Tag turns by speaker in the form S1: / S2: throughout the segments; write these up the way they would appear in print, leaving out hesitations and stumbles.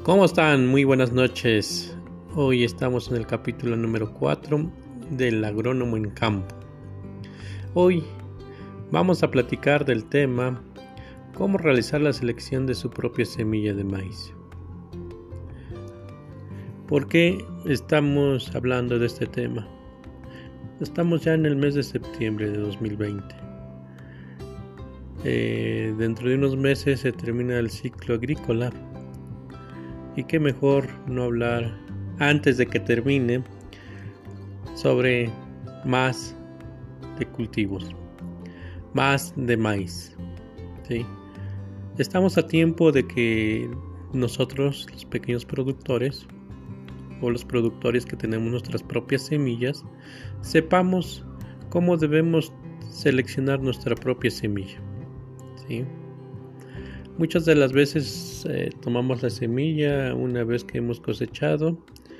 S1: ¿Cómo están? Muy buenas noches. Hoy estamos en el capítulo número 4 del agrónomo en campo. Hoy vamos a platicar del tema cómo realizar la selección de su propia semilla de maíz. ¿Por qué estamos hablando de este tema? Estamos ya en el mes de septiembre de 2020. Dentro de unos meses se termina el ciclo agrícola. Y qué mejor no hablar antes de que termine sobre más de cultivos, más de maíz, ¿sí? Estamos a tiempo de que nosotros, los pequeños productores o los productores que tenemos nuestras propias semillas, sepamos cómo debemos seleccionar nuestra propia semilla, ¿sí? Muchas de las veces tomamos la semilla una vez que hemos cosechado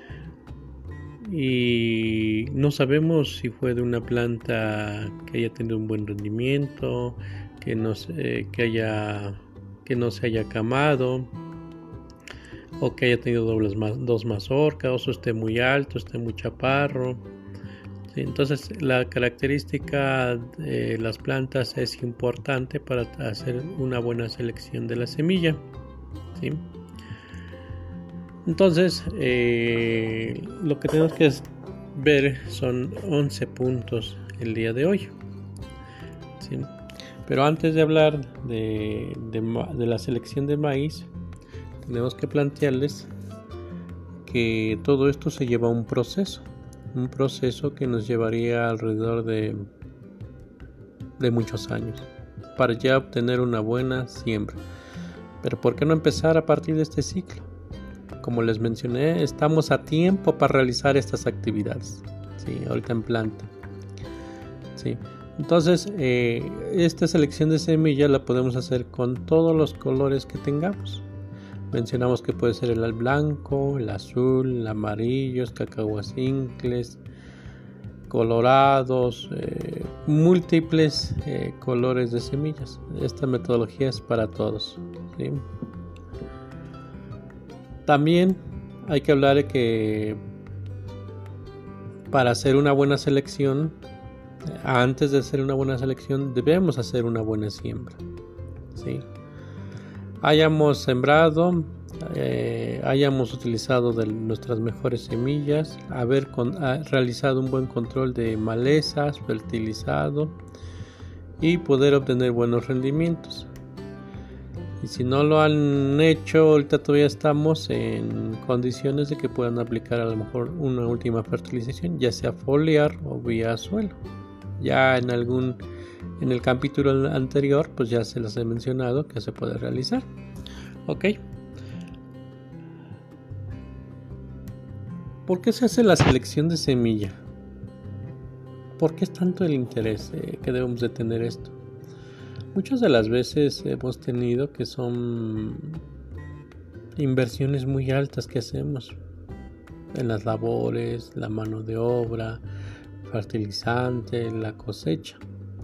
S1: y no sabemos si fue de una planta que haya tenido un buen rendimiento, que no se haya camado o que haya tenido dos mazorcas o esté muy alto, esté muy chaparro. Entonces la característica de las plantas es importante para hacer una buena selección de la semilla, ¿sí? Entonces lo que tenemos que ver son 11 puntos el día de hoy, ¿sí? Pero antes de hablar de la selección de maíz, tenemos que plantearles que todo esto se lleva a un proceso que nos llevaría alrededor de muchos años para ya obtener una buena siembra. Pero ¿por qué no empezar a partir de este ciclo? Como les mencioné, estamos a tiempo para realizar estas actividades, ¿sí? Ahorita en planta, ¿sí? Entonces esta selección de semilla la podemos hacer con todos los colores que tengamos. Mencionamos que puede ser el blanco, el azul, el amarillo, cacahuacincles, colorados, múltiples colores de semillas. Esta metodología es para todos, ¿sí? También hay que hablar de que para hacer una buena selección, antes de hacer una buena selección, debemos hacer una buena siembra, ¿sí? Hayamos sembrado, hayamos utilizado de nuestras mejores semillas, haber realizado un buen control de malezas, fertilizado y poder obtener buenos rendimientos. Y si no lo han hecho, ahorita todavía estamos en condiciones de que puedan aplicar a lo mejor una última fertilización, ya sea foliar o vía suelo. Ya en el capítulo anterior pues ya se los he mencionado que se puede realizar. Ok. ¿Por qué se hace la selección de semilla? ¿Por qué es tanto el interés que debemos de tener esto? Muchas de las veces hemos tenido que son inversiones muy altas que hacemos en las labores, la mano de obra, fertilizante, la cosecha.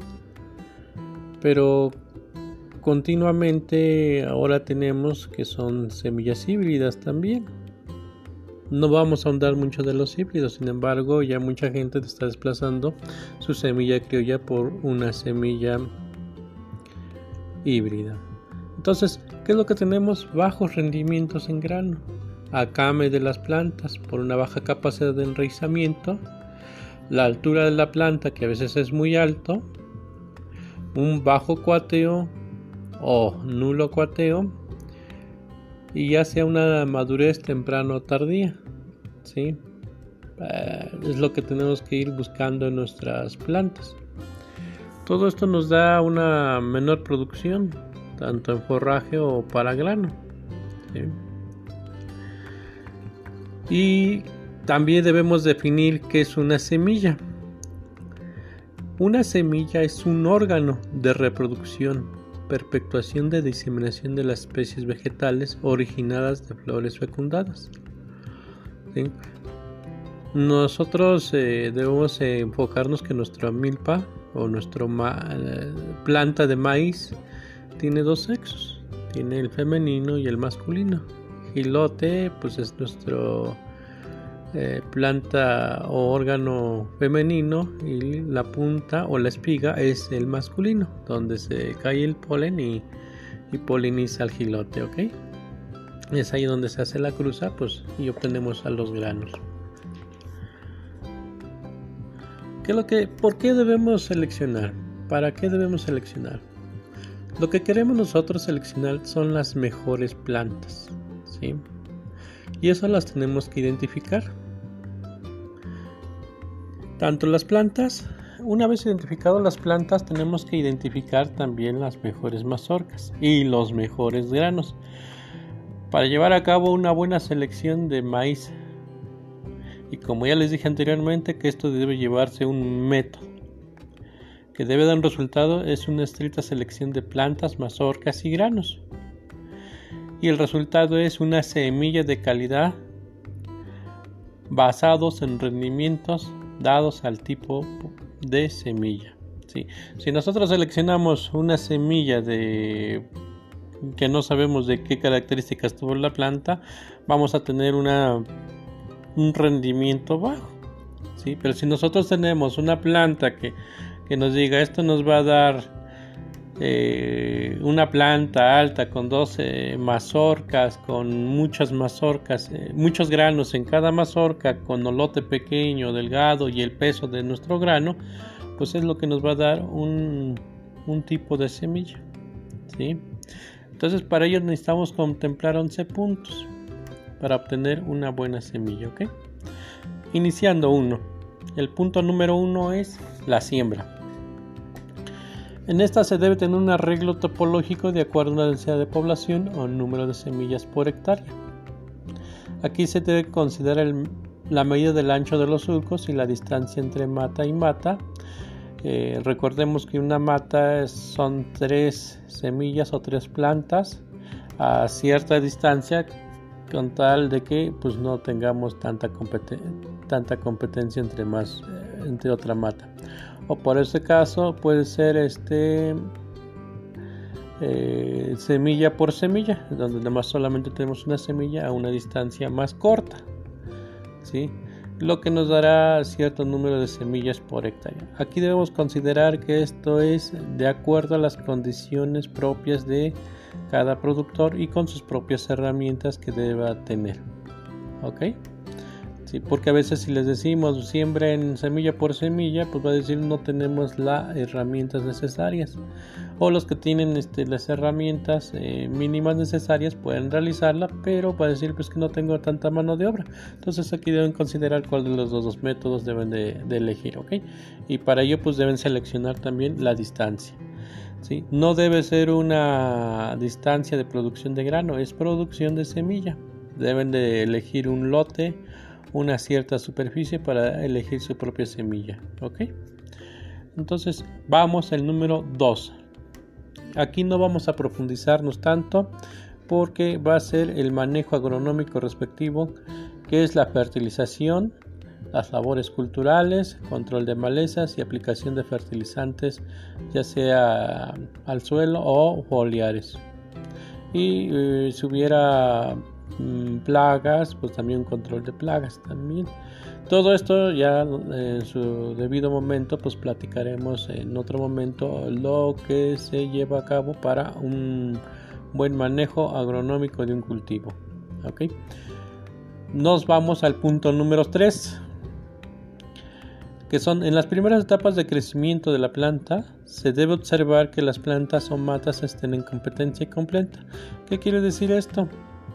S1: Pero continuamente ahora tenemos que son semillas híbridas también. No vamos a ahondar mucho de los híbridos, sin embargo ya mucha gente está desplazando su semilla criolla por una semilla híbrida. Entonces, ¿qué es lo que tenemos? Bajos rendimientos en grano, acame de las plantas por una baja capacidad de enraizamiento, la altura de la planta que a veces es muy alto, un bajo cuateo o nulo cuateo y ya sea una madurez temprana o tardía, ¿sí? Es lo que tenemos que ir buscando en nuestras plantas. Todo esto nos da una menor producción, tanto en forraje o para grano, ¿sí? Y también debemos definir qué es una semilla. Una semilla es un órgano de reproducción, perpetuación de diseminación de las especies vegetales originadas de flores fecundadas, ¿sí? Nosotros debemos enfocarnos que nuestra milpa o nuestra planta de maíz tiene dos sexos, tiene el femenino y el masculino. jilote pues es nuestro planta o órgano femenino, y la punta o la espiga es el masculino, donde se cae el polen y poliniza el jilote, ¿ok? Es ahí donde se hace la cruza, pues, y obtenemos a los granos. ¿Por qué debemos seleccionar? ¿Para qué debemos seleccionar? Lo que queremos nosotros seleccionar son las mejores plantas, ¿sí? Y eso las tenemos que identificar. Tanto las plantas, una vez identificadas las plantas, tenemos que identificar también las mejores mazorcas y los mejores granos para llevar a cabo una buena selección de maíz. Y como ya les dije anteriormente, que esto debe llevarse un método que debe dar un resultado, es una estricta selección de plantas, mazorcas y granos. Y el resultado es una semilla de calidad basados en rendimientos dados al tipo de semilla, ¿sí? Si nosotros seleccionamos una semilla que no sabemos de qué características tuvo la planta, vamos a tener un rendimiento bajo, ¿sí? Pero si nosotros tenemos una planta que nos diga esto nos va a dar una planta alta con 12 mazorcas, con muchas mazorcas, muchos granos en cada mazorca, con olote pequeño, delgado y el peso de nuestro grano, pues es lo que nos va a dar un tipo de semilla, ¿sí? Entonces para ello necesitamos contemplar 11 puntos para obtener una buena semilla, ¿ok? Iniciando el punto número 1 es la siembra. En esta se debe tener un arreglo topológico de acuerdo a una densidad de población o número de semillas por hectárea. Aquí se debe considerar la medida del ancho de los surcos y la distancia entre mata y mata. Recordemos que una mata son 3 semillas o 3 plantas a cierta distancia, con tal de que pues no tengamos tanta competencia entre otra mata. O por ese caso puede ser semilla por semilla, donde además solamente tenemos una semilla a una distancia más corta, ¿sí? Lo que nos dará cierto número de semillas por hectárea. Aquí debemos considerar que esto es de acuerdo a las condiciones propias de cada productor y con sus propias herramientas que deba tener, ¿ok? Sí, porque a veces si les decimos siembren semilla por semilla, pues va a decir no tenemos las herramientas necesarias, o los que tienen las herramientas mínimas necesarias pueden realizarla, pero va a decir pues que no tengo tanta mano de obra. Entonces aquí deben considerar cuál de los dos métodos deben de elegir, ¿ok? Y para ello pues deben seleccionar también la distancia, ¿sí? No debe ser una distancia de producción de grano, es producción de semilla. Deben de elegir un lote, una cierta superficie para elegir su propia semilla, ¿ok? Entonces vamos al número 2. Aquí no vamos a profundizarnos tanto porque va a ser el manejo agronómico respectivo, que es la fertilización, las labores culturales, control de malezas y aplicación de fertilizantes, ya sea al suelo o foliares. Y si hubiera plagas, pues también un control de plagas también. Todo esto ya en su debido momento pues platicaremos en otro momento lo que se lleva a cabo para un buen manejo agronómico de un cultivo, ¿ok? Nos vamos al punto número 3, que son en las primeras etapas de crecimiento de la planta. Se debe observar que las plantas o matas estén en competencia completa. ¿Qué quiere decir esto?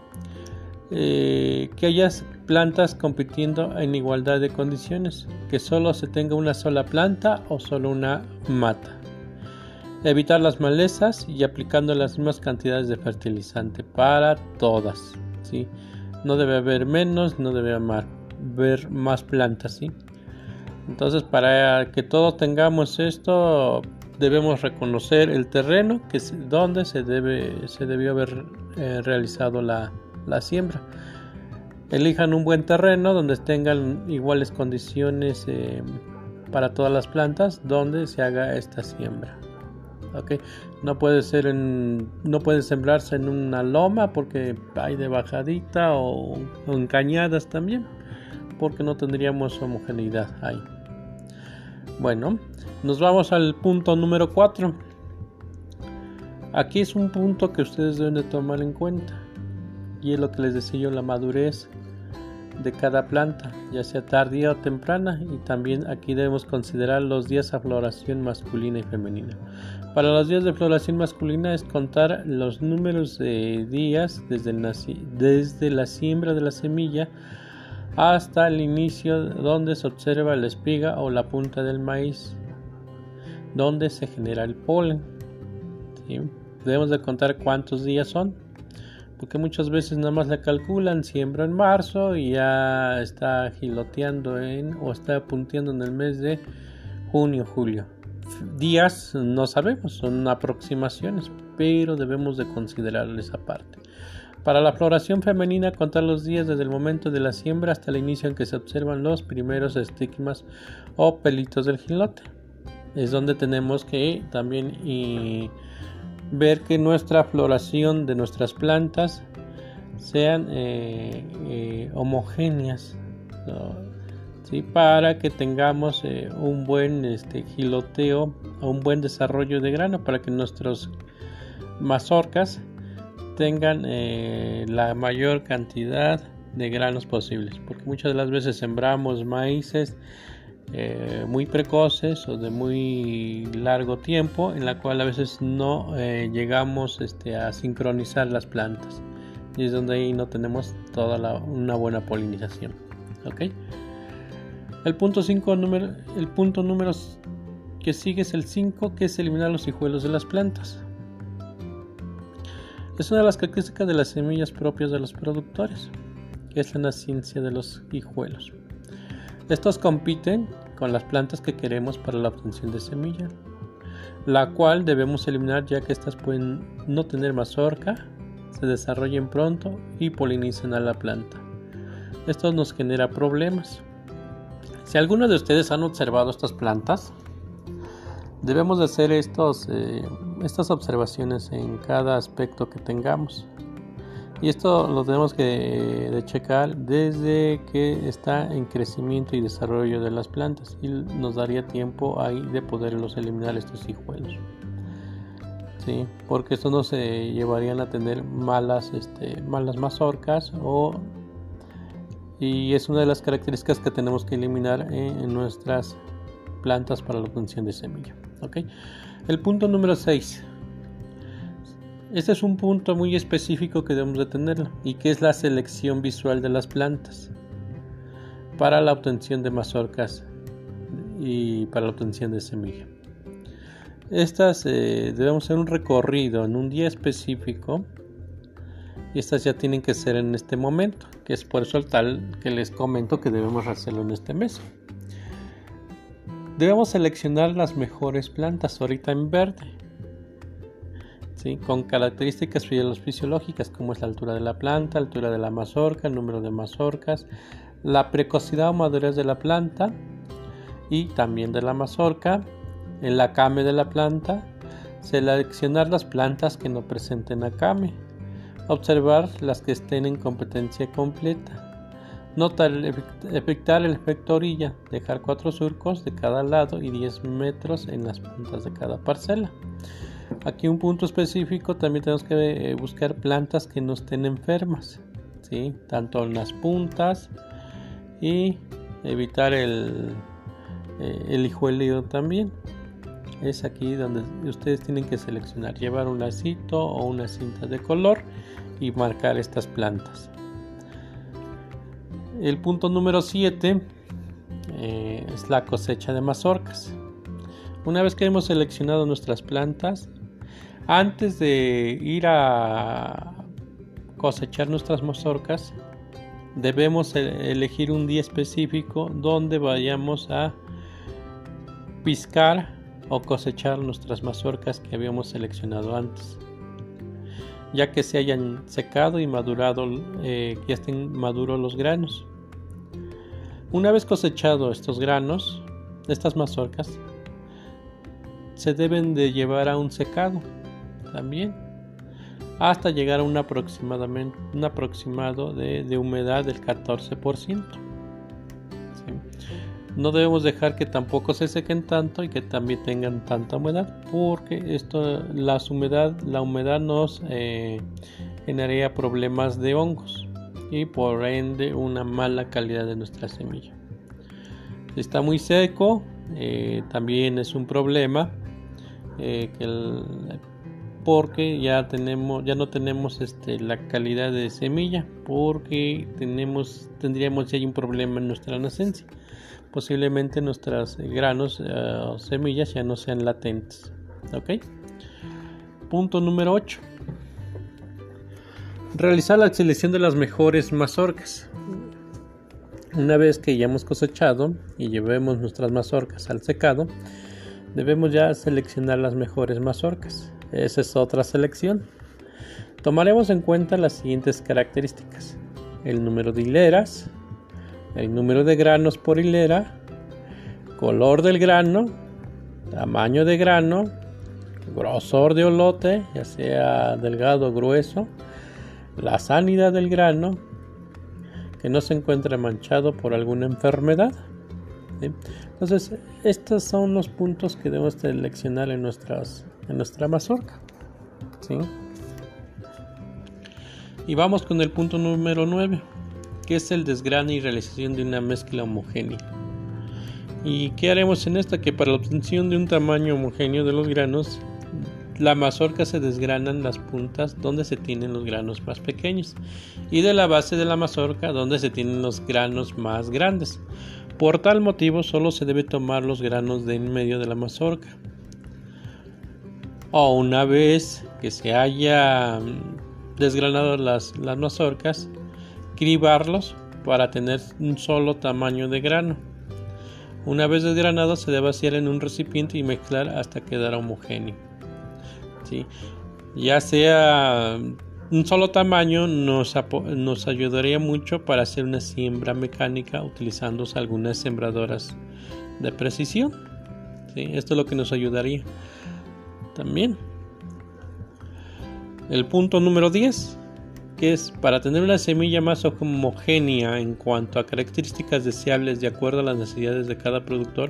S1: Que haya plantas compitiendo en igualdad de condiciones, que solo se tenga una sola planta o solo una mata. Evitar las malezas y aplicando las mismas cantidades de fertilizante para todas, ¿sí? No debe haber menos, no debe haber más plantas, ¿sí? Entonces para que todos tengamos esto debemos reconocer el terreno donde se debió haber realizado la siembra. Elijan un buen terreno donde tengan iguales condiciones para todas las plantas donde se haga esta siembra, ¿okay? No pueden sembrarse en una loma porque hay de bajadita o en cañadas también, porque no tendríamos homogeneidad ahí. Bueno, nos vamos al punto número 4. Aquí es un punto que ustedes deben de tomar en cuenta, y es lo que les decía yo, la madurez de cada planta, ya sea tardía o temprana, y también aquí debemos considerar los días a floración masculina y femenina. Para los días de floración masculina es contar los números de días desde la siembra de la semilla hasta el inicio, donde se observa la espiga o la punta del maíz, donde se genera el polen, ¿sí? Debemos de contar cuántos días son, porque muchas veces nada más la calculan, siembra en marzo y ya está giloteando o está punteando en el mes de junio, julio. Días no sabemos, son aproximaciones, pero debemos de considerar esa parte. Para la floración femenina, contar los días desde el momento de la siembra hasta el inicio en que se observan los primeros estigmas o pelitos del gilote. Es donde tenemos que también ver que nuestra floración de nuestras plantas sean homogéneas, ¿sí? Para que tengamos un buen giloteo o un buen desarrollo de grano, para que nuestras mazorcas tengan la mayor cantidad de granos posibles, porque muchas de las veces sembramos maíces muy precoces o de muy largo tiempo, en la cual a veces no llegamos a sincronizar las plantas, y es donde ahí no tenemos una buena polinización. ¿Okay? El punto número que sigue es el 5, que es eliminar los hijuelos de las plantas. Es una de las características de las semillas propias de los productores, que es la nacencia de los hijuelos. Estos compiten con las plantas que queremos para la obtención de semilla, la cual debemos eliminar, ya que estas pueden no tener mazorca, se desarrollen pronto y polinicen a la planta. Esto nos genera problemas. Si algunos de ustedes han observado estas plantas, debemos de hacer estas observaciones en cada aspecto que tengamos. Y esto lo tenemos de checar desde que está en crecimiento y desarrollo de las plantas, y nos daría tiempo ahí de poderlos eliminar, estos hijuelos, ¿sí? Porque estos no se llevarían a tener malas mazorcas, y es una de las características que tenemos que eliminar en nuestras plantas para la obtención de semilla. ¿Okay? El punto número 6. Este es un punto muy específico que debemos de tener, y que es la selección visual de las plantas para la obtención de mazorcas y para la obtención de semilla. Estas debemos hacer un recorrido en un día específico, y estas ya tienen que ser en este momento, que es por eso el tal que les comento que debemos hacerlo en este mes. Debemos seleccionar las mejores plantas ahorita en verde, ¿sí? Con características fisiológicas, como es la altura de la planta, altura de la mazorca, el número de mazorcas, la precocidad o madurez de la planta y también de la mazorca, el acame de la planta, seleccionar las plantas que no presenten acame, observar las que estén en competencia completa, notar efectuar el efecto orilla, dejar 4 surcos de cada lado y 10 metros en las puntas de cada parcela. Aquí un punto específico, también tenemos que buscar plantas que no estén enfermas, ¿sí? Tanto en las puntas, y evitar el hijueleo también. Es aquí donde ustedes tienen que seleccionar, llevar un lacito o una cinta de color y marcar estas plantas. El punto número 7 es la cosecha de mazorcas. Una vez que hemos seleccionado nuestras plantas, antes de ir a cosechar nuestras mazorcas, debemos elegir un día específico donde vayamos a piscar o cosechar nuestras mazorcas que habíamos seleccionado antes, ya que se hayan secado y madurado, que ya estén maduros los granos. Una vez cosechado estos granos, estas mazorcas, se deben de llevar a un secado también, hasta llegar a un aproximado de humedad del 14%. ¿Sí? No debemos dejar que tampoco se sequen tanto y que también tengan tanta humedad, porque la humedad nos generaría problemas de hongos y por ende una mala calidad de nuestra semilla. Si está muy seco, también es un problema, porque ya no tenemos la calidad de semilla, porque tendríamos ya un problema en nuestra nacencia. Posiblemente nuestros granos o semillas ya no sean latentes. ¿Ok? Punto número 8. Realizar la selección de las mejores mazorcas. Una vez que ya hemos cosechado y llevemos nuestras mazorcas al secado, debemos ya seleccionar las mejores mazorcas. Esa es otra selección. Tomaremos en cuenta las siguientes características: el número de hileras, el número de granos por hilera, color del grano, tamaño de grano, grosor de olote, ya sea delgado o grueso, la sanidad del grano, que no se encuentre manchado por alguna enfermedad. ¿Sí? Entonces, estos son los puntos que debemos seleccionar en nuestra mazorca. ¿Sí? Y vamos con el punto número 9, que es el desgrane y realización de una mezcla homogénea. ¿Y qué haremos en esta? Que para la obtención de un tamaño homogéneo de los granos, la mazorca se desgranan las puntas donde se tienen los granos más pequeños y de la base de la mazorca donde se tienen los granos más grandes. Por tal motivo, solo se debe tomar los granos de en medio de la mazorca. O una vez que se haya desgranado las mazorcas, cribarlos para tener un solo tamaño de grano. Una vez desgranado, se debe vaciar en un recipiente y mezclar hasta quedar homogéneo. ¿Sí? Ya sea un solo tamaño, nos ayudaría mucho para hacer una siembra mecánica utilizando algunas sembradoras de precisión. ¿Sí? Esto es lo que nos ayudaría también. El punto número 10, que es para tener una semilla más homogénea en cuanto a características deseables de acuerdo a las necesidades de cada productor.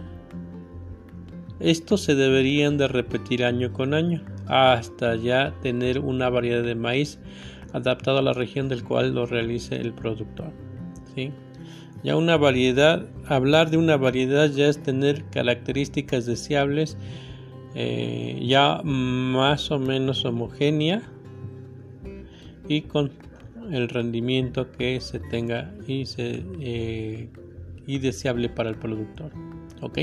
S1: Estos se deberían de repetir año con año hasta ya tener una variedad de maíz adaptado a la región del cual lo realice el productor. ¿Sí? Ya una variedad, hablar de una variedad ya es tener características deseables ya más o menos homogénea y con el rendimiento que se tenga y deseable para el productor. ¿Ok?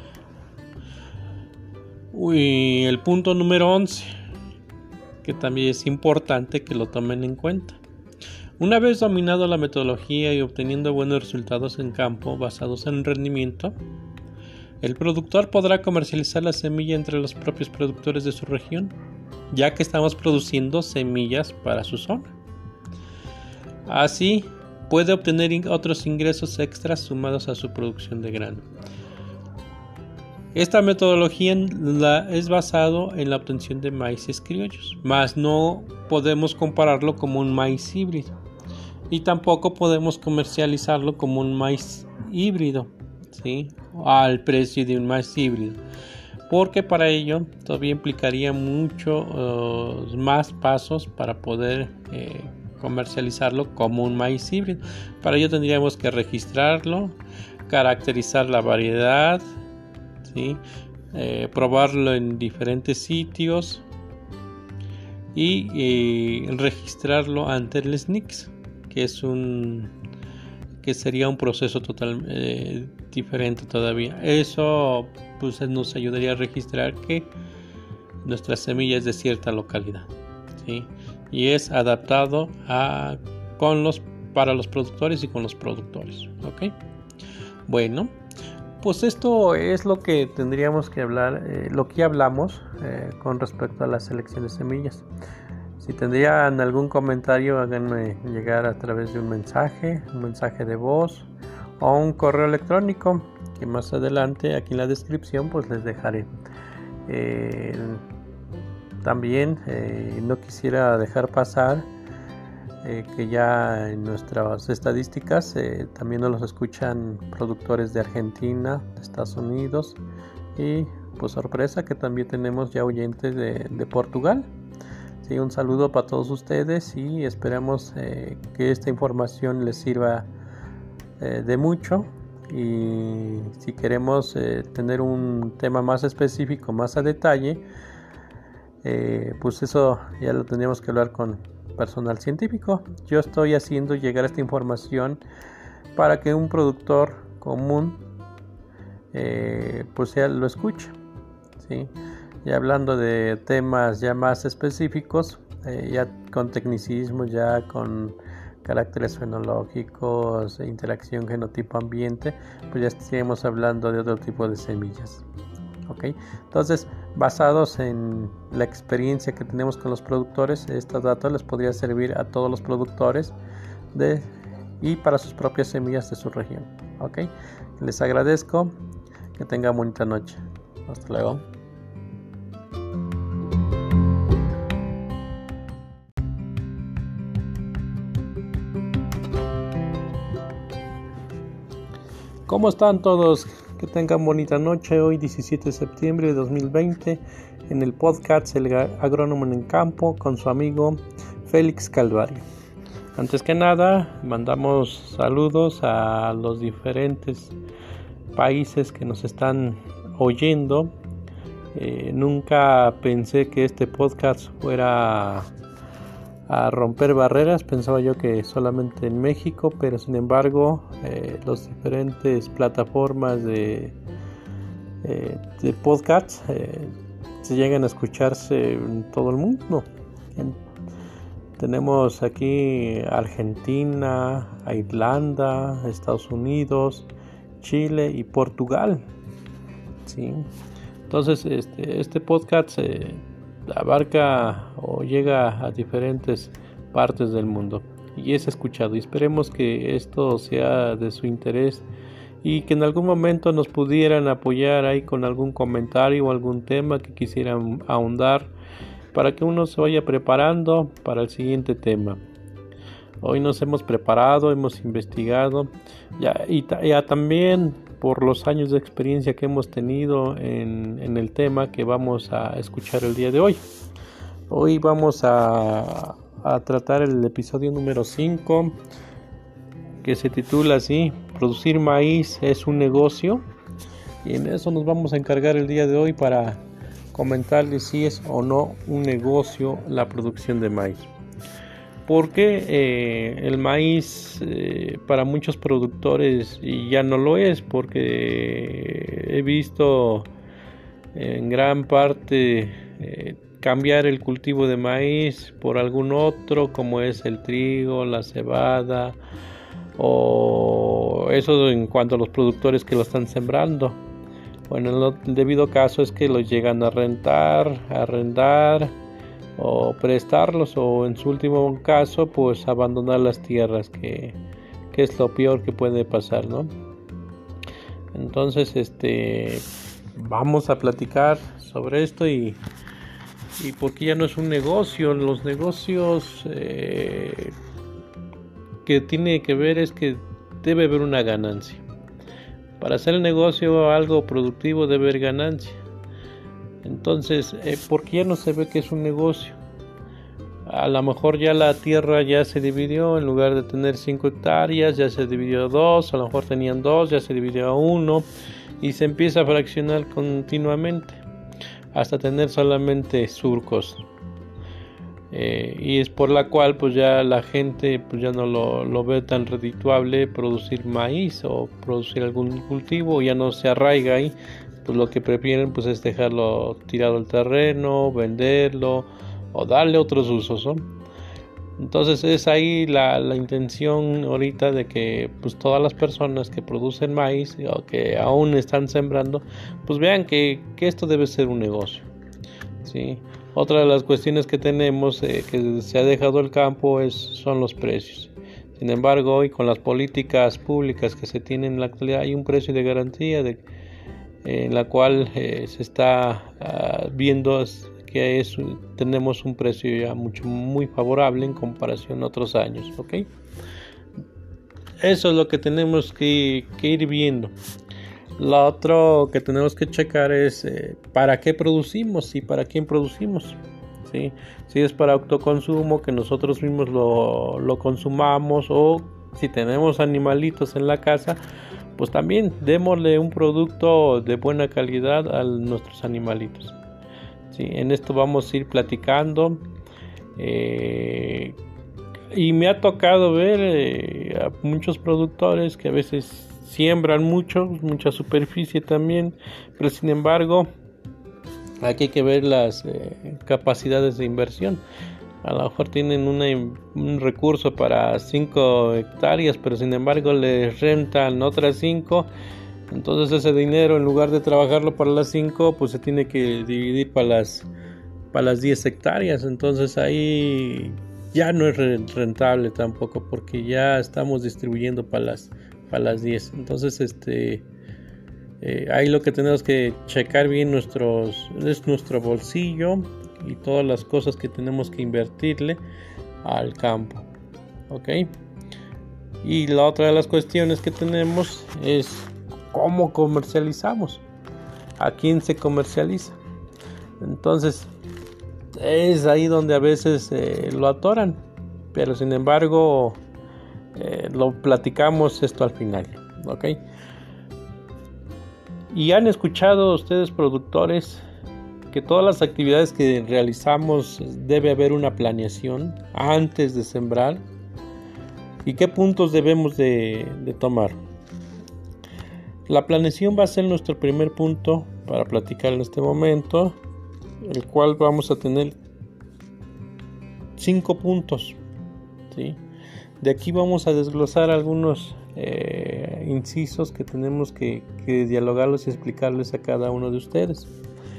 S1: El punto número 11, que también es importante que lo tomen en cuenta. Una vez dominado la metodología y obteniendo buenos resultados en campo basados en rendimiento, el productor podrá comercializar la semilla entre los propios productores de su región, ya que estamos produciendo semillas para su zona. Así, puede obtener otros ingresos extras sumados a su producción de grano. Esta metodología es basado en la obtención de maíces criollos, mas no podemos compararlo como un maíz híbrido y tampoco podemos comercializarlo como un maíz híbrido, ¿sí? Al precio de un maíz híbrido, porque para ello todavía implicaría muchos más pasos para poder comercializarlo como un maíz híbrido. Para ello tendríamos que registrarlo, caracterizar la variedad, ¿sí? Probarlo en diferentes sitios y registrarlo ante el SNICS, que sería un proceso totalmente diferente todavía. Eso pues nos ayudaría a registrar que nuestra semilla es de cierta localidad, ¿sí? Y es adaptado para los productores y con los productores. ¿Ok? Bueno, pues esto es lo que tendríamos que hablar, lo que hablamos con respecto a la selección de semillas. Si tendrían algún comentario, háganme llegar a través de un mensaje de voz o un correo electrónico que más adelante aquí en la descripción pues les dejaré. También no quisiera dejar pasar que ya en nuestras estadísticas también nos los escuchan productores de Argentina, de Estados Unidos y pues sorpresa que también tenemos ya oyentes de Portugal. Sí, un saludo para todos ustedes y esperamos que esta información les sirva de mucho. Y si queremos tener un tema más específico, más a detalle, pues eso ya lo tendríamos que hablar con personal científico. Yo estoy haciendo llegar esta información para que un productor común pues ya lo escuche, ¿sí? Y hablando de temas ya más específicos, ya con tecnicismos, ya con caracteres fenológicos, interacción genotipo-ambiente, pues ya estaríamos hablando de otro tipo de semillas. ¿Okay? Entonces, basados en la experiencia que tenemos con los productores, estos datos les podría servir a todos los productores y para sus propias semillas de su región. ¿Okay? Les agradezco, que tengan bonita noche. Hasta luego. ¿Cómo están todos? Que tengan bonita noche hoy 17 de septiembre de 2020 en el podcast El Agrónomo en el Campo con su amigo Félix Calvario. Antes que nada, mandamos saludos a los diferentes países que nos están oyendo. Nunca pensé que este podcast fuera a romper barreras, pensaba yo que solamente en México, pero sin embargo las diferentes plataformas de podcasts se llegan a escucharse en todo el mundo. Tenemos aquí Argentina, Irlanda, Estados Unidos, Chile y Portugal, ¿sí? Entonces este podcast abarca o llega a diferentes partes del mundo y es escuchado, y esperemos que esto sea de su interés y que en algún momento nos pudieran apoyar ahí con algún comentario o algún tema que quisieran ahondar para que uno se vaya preparando para el siguiente tema. Hoy nos hemos preparado, hemos investigado ya también por los años de experiencia que hemos tenido en el tema que vamos a escuchar el día de hoy. Hoy vamos a tratar el episodio número 5, que se titula así: ¿Producir maíz es un negocio? Y en eso nos vamos a encargar el día de hoy para comentarles si es o no un negocio la producción de maíz. Porque el maíz para muchos productores ya no lo es, porque he visto en gran parte cambiar el cultivo de maíz por algún otro, como es el trigo, la cebada, o eso en cuanto a los productores que lo están sembrando. Bueno, el debido caso es que los llegan a rentar, a arrendar o prestarlos, o en su último caso pues abandonar las tierras, que es lo peor que puede pasar, ¿no? Entonces vamos a platicar sobre esto y porque ya no es un negocio. Los negocios que tiene que ver es que debe haber una ganancia. Para hacer el negocio algo productivo debe haber ganancia. Entonces, ¿por qué ya no se ve que es un negocio? A lo mejor ya la tierra ya se dividió, en lugar de tener 5 hectáreas, ya se dividió a 2, a lo mejor tenían 2, ya se dividió a 1, y se empieza a fraccionar continuamente, hasta tener solamente surcos. Y es por la cual pues ya la gente pues ya no lo ve tan redituable producir maíz o producir algún cultivo, ya no se arraiga ahí. Pues lo que prefieren pues es dejarlo tirado al terreno, venderlo o darle otros usos, ¿no? Entonces es ahí la intención ahorita de que pues todas las personas que producen maíz o que aún están sembrando pues vean que esto debe ser un negocio, ¿sí? Otra de las cuestiones que tenemos que se ha dejado el campo son los precios. Sin embargo, hoy con las políticas públicas que se tienen en la actualidad hay un precio de garantía en la cual se está viendo que tenemos un precio ya muy favorable en comparación a otros años, ¿ok? Eso es lo que tenemos que ir viendo. Lo otro que tenemos que checar es para qué producimos y para quién producimos, ¿sí? Si es para autoconsumo, que nosotros mismos lo consumamos, o si tenemos animalitos en la casa, pues también démosle un producto de buena calidad a nuestros animalitos, ¿sí? En esto vamos a ir platicando. Y me ha tocado ver a muchos productores que a veces siembran mucha superficie también, pero sin embargo aquí hay que ver las capacidades de inversión. A lo mejor tienen un recurso para 5 hectáreas, pero sin embargo les rentan otras 5. Entonces ese dinero, en lugar de trabajarlo para las 5, pues se tiene que dividir para las 10 hectáreas. Entonces ahí ya no es rentable tampoco, porque ya estamos distribuyendo para las 10. Entonces ahí lo que tenemos que checar bien es nuestro bolsillo y todas las cosas que tenemos que invertirle al campo, ¿ok? Y la otra de las cuestiones que tenemos es cómo comercializamos, a quién se comercializa. Entonces es ahí donde a veces lo atoran, pero sin embargo lo platicamos esto al final, ¿ok? Y han escuchado ustedes, productores, que todas las actividades que realizamos debe haber una planeación antes de sembrar. ¿Y qué puntos debemos de tomar? La planeación va a ser nuestro primer punto para platicar en este momento, el cual vamos a tener 5 puntos, ¿sí? De aquí vamos a desglosar algunos incisos que tenemos que dialogarlos y explicarles a cada uno de ustedes.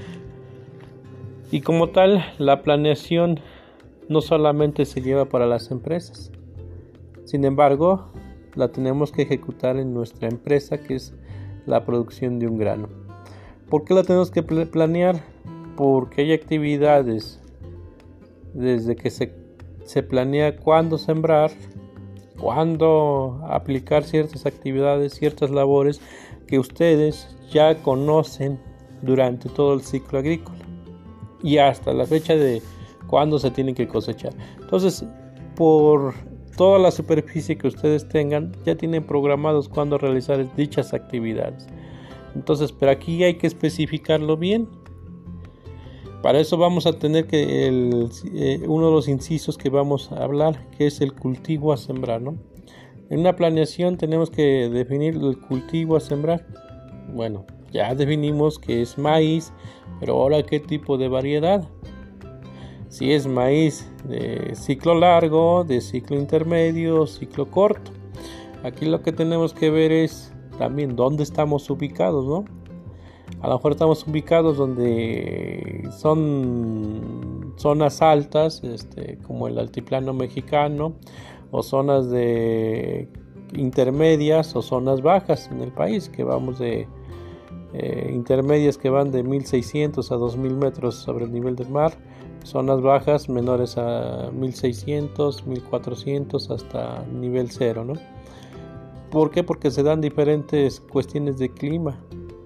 S1: Y como tal, la planeación no solamente se lleva para las empresas, sin embargo, la tenemos que ejecutar en nuestra empresa, que es la producción de un grano. ¿Por qué la tenemos que planear? Porque hay actividades desde que se planea cuándo sembrar, cuándo aplicar ciertas actividades, ciertas labores que ustedes ya conocen durante todo el ciclo agrícola y hasta la fecha de cuándo se tienen que cosechar. Entonces, por toda la superficie que ustedes tengan, ya tienen programados cuándo realizar dichas actividades. Entonces, pero aquí hay que especificarlo bien. Para eso vamos a tener que uno de los incisos que vamos a hablar, que es el cultivo a sembrar, ¿no? En una planeación tenemos que definir el cultivo a sembrar. Bueno, ya definimos que es maíz, pero ahora qué tipo de variedad. Si es maíz de ciclo largo, de ciclo intermedio, ciclo corto. Aquí lo que tenemos que ver es también dónde estamos ubicados, ¿no? A lo mejor estamos ubicados donde son zonas altas, como el altiplano mexicano, o zonas de intermedias o zonas bajas en el país, que vamos de intermedias que van de 1600 a 2000 metros sobre el nivel del mar, zonas bajas menores a 1600, 1400 hasta nivel cero, ¿no? ¿Por qué? Porque se dan diferentes cuestiones de clima.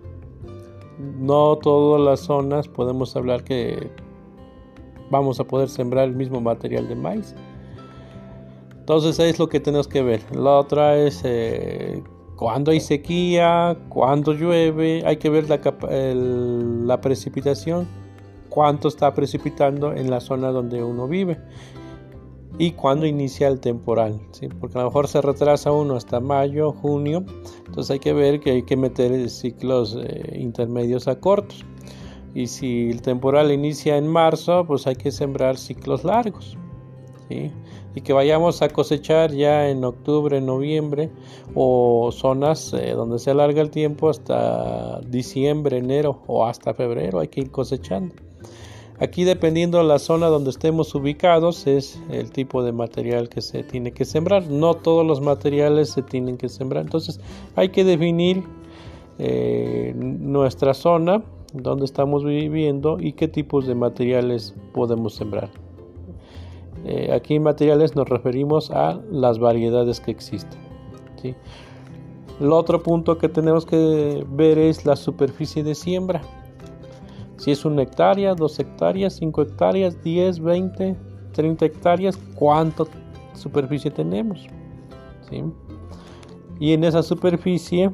S1: No todas las zonas podemos hablar que vamos a poder sembrar el mismo material de maíz. Entonces es lo que tenemos que ver. La otra es cuando hay sequía, cuando llueve. Hay que ver la precipitación, cuánto está precipitando en la zona donde uno vive y cuándo inicia el temporal, ¿sí? Porque a lo mejor se retrasa uno hasta mayo, junio. Entonces hay que ver que hay que meter ciclos intermedios a cortos. Y si el temporal inicia en marzo, pues hay que sembrar ciclos largos, ¿sí? Y que vayamos a cosechar ya en octubre, noviembre, o zonas donde se alarga el tiempo hasta diciembre, enero o hasta febrero, hay que ir cosechando. Aquí, dependiendo de la zona donde estemos ubicados, es el tipo de material que se tiene que sembrar. No todos los materiales se tienen que sembrar. Entonces hay que definir nuestra zona donde estamos viviendo y qué tipos de materiales podemos sembrar. Aquí en materiales nos referimos a las variedades que existen, ¿sí? El otro punto que tenemos que ver es la superficie de siembra. Si es 1 hectárea, 2 hectáreas, 5 hectáreas, 10, 20, 30 hectáreas, ¿cuánta superficie tenemos? ¿Sí? Y en esa superficie,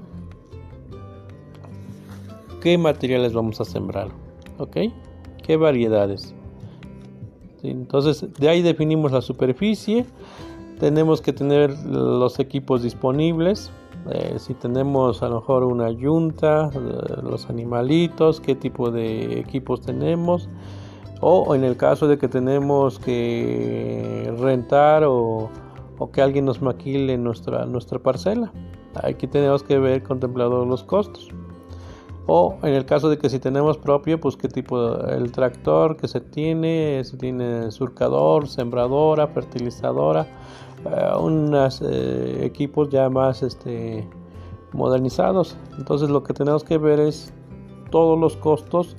S1: ¿qué materiales vamos a sembrar? ¿Ok? ¿Qué variedades? ¿Sí? Entonces, de ahí definimos la superficie. Tenemos que tener los equipos disponibles. Si tenemos a lo mejor una yunta, los animalitos, qué tipo de equipos tenemos, o en el caso de que tenemos que rentar o que alguien nos maquile nuestra parcela. Aquí tenemos que ver contemplados los costos. O en el caso de que si tenemos propio, pues qué tipo, el tractor que se tiene, si tiene surcador, sembradora, fertilizadora, unos equipos ya más modernizados. Entonces lo que tenemos que ver es todos los costos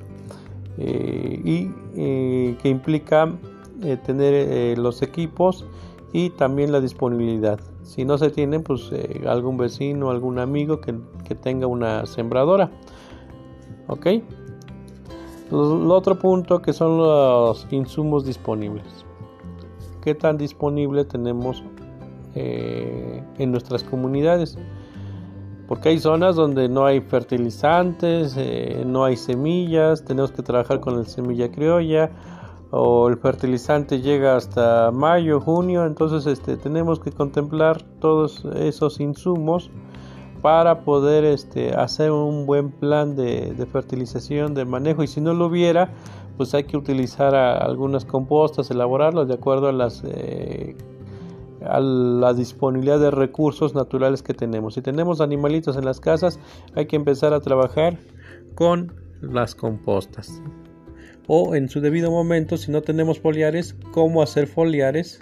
S1: que implica tener los equipos y también la disponibilidad. Si no se tienen, pues algún vecino, algún amigo que tenga una sembradora. ¿Ok? El otro punto que son los insumos disponibles. ¿Qué tan disponible tenemos en nuestras comunidades? Porque hay zonas donde no hay fertilizantes, no hay semillas, tenemos que trabajar con la semilla criolla, o el fertilizante llega hasta mayo, junio, entonces tenemos que contemplar todos esos insumos para poder hacer un buen plan de fertilización, de manejo, y si no lo hubiera, pues hay que utilizar algunas compostas, elaborarlas de acuerdo a la disponibilidad de recursos naturales que tenemos. Si tenemos animalitos en las casas, hay que empezar a trabajar con las compostas, o en su debido momento, si no tenemos foliares, cómo hacer foliares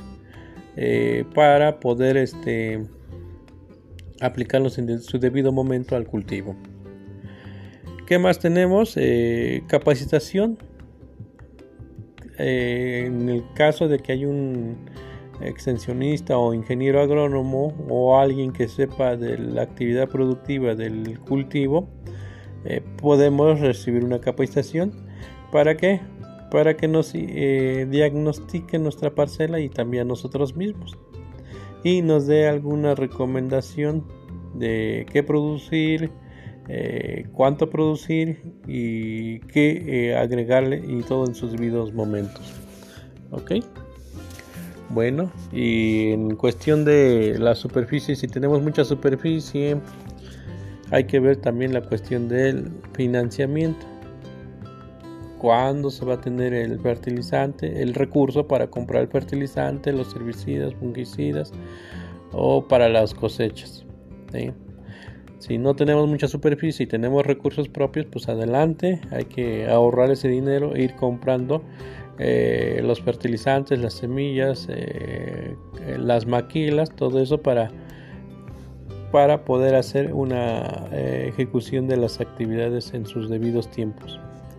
S1: para poder aplicarlos en su debido momento al cultivo. ¿Qué más tenemos? Capacitación. En el caso de que hay un extensionista o ingeniero agrónomo o alguien que sepa de la actividad productiva del cultivo, podemos recibir una capacitación. ¿Para qué? Para que nos diagnostique nuestra parcela y también nosotros mismos, y nos dé alguna recomendación de qué producir, cuánto producir y qué agregarle, y todo en sus debidos momentos. ¿Ok? Bueno, y en cuestión de la superficie, si tenemos mucha superficie, hay que ver también la cuestión del financiamiento. ¿Cuándo se va a tener el fertilizante, el recurso para comprar el fertilizante, los herbicidas, fungicidas o para las cosechas? ¿Sí? Si no tenemos mucha superficie y tenemos recursos propios, pues adelante, hay que ahorrar ese dinero e ir comprando los fertilizantes, las semillas, las maquilas, todo eso para poder hacer una ejecución de las actividades en sus debidos tiempos.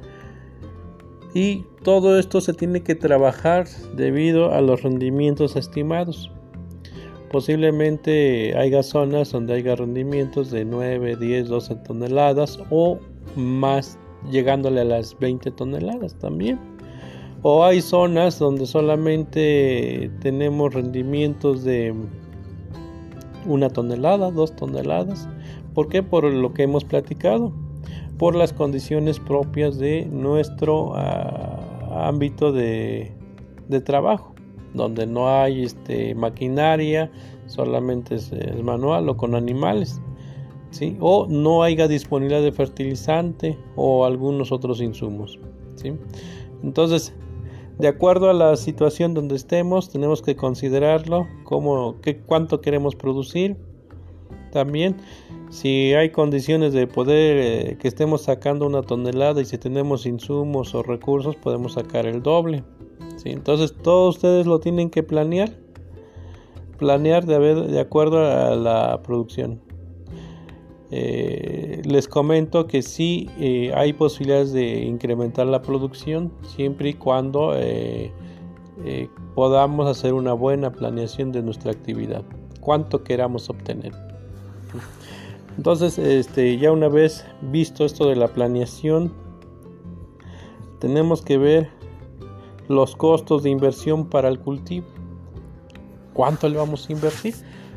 S1: Y todo esto se tiene que trabajar debido a los rendimientos estimados. Posiblemente haya zonas donde haya rendimientos de 9, 10, 12 toneladas o más, llegándole a las 20 toneladas también. O hay zonas donde solamente tenemos rendimientos de 1 tonelada, 2 toneladas. ¿Por qué? Por lo que hemos platicado, por las condiciones propias de nuestro ámbito de trabajo, donde no hay maquinaria, solamente es manual o con animales, ¿sí? O no haya disponibilidad de fertilizante o algunos otros insumos, ¿sí? Entonces, de acuerdo a la situación donde estemos, tenemos que considerarlo, cuánto queremos producir. También, si hay condiciones de poder que estemos sacando 1 tonelada, y si tenemos insumos o recursos, podemos sacar el doble, ¿sí? Entonces, todos ustedes lo tienen que planear de acuerdo a la producción. Les comento que sí hay posibilidades de incrementar la producción siempre y cuando podamos hacer una buena planeación de nuestra actividad, cuánto queramos obtener. Entonces, ya una vez visto esto de la planeación, tenemos que ver los costos de inversión para el cultivo. ¿Cuánto le vamos a invertir?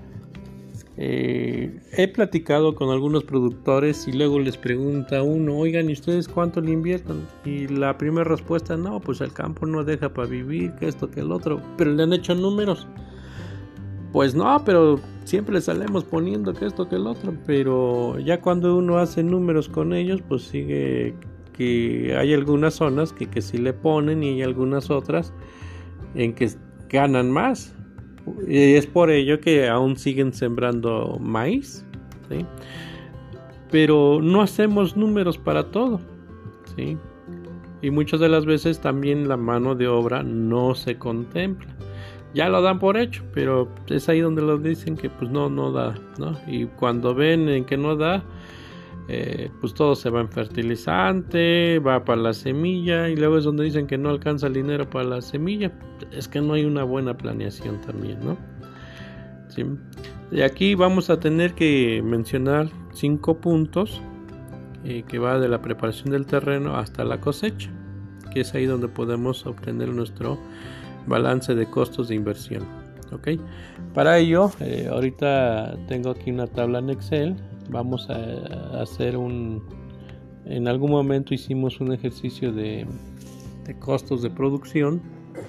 S1: He platicado con algunos productores y luego les pregunta uno, oigan, ¿y ustedes cuánto le invierten? Y la primera respuesta, no, pues el campo no deja para vivir, que esto, que el otro. Pero le han hecho números. Pues no, pero siempre le salemos poniendo que esto, que el otro. Pero ya cuando uno hace números con ellos, pues sigue que hay algunas zonas que sí le ponen y hay algunas otras en que ganan más. Y es por ello que aún siguen sembrando maíz, ¿sí? Pero no hacemos números para todo, ¿sí? Y muchas de las veces también la mano de obra no se contempla. Ya lo dan por hecho, pero es ahí donde lo dicen que pues no da, ¿no? Y cuando ven en que no da, pues todo se va en fertilizante, va para la semilla y luego es donde dicen que no alcanza el dinero para la semilla. Es que no hay una buena planeación también, ¿no? ¿Sí? Y aquí vamos a tener que mencionar 5 puntos que va de la preparación del terreno hasta la cosecha, que es ahí donde podemos obtener nuestro balance de costos de inversión. ¿Ok? Para ello, ahorita tengo aquí una tabla en Excel. Vamos a hacer en algún momento hicimos un ejercicio de costos de producción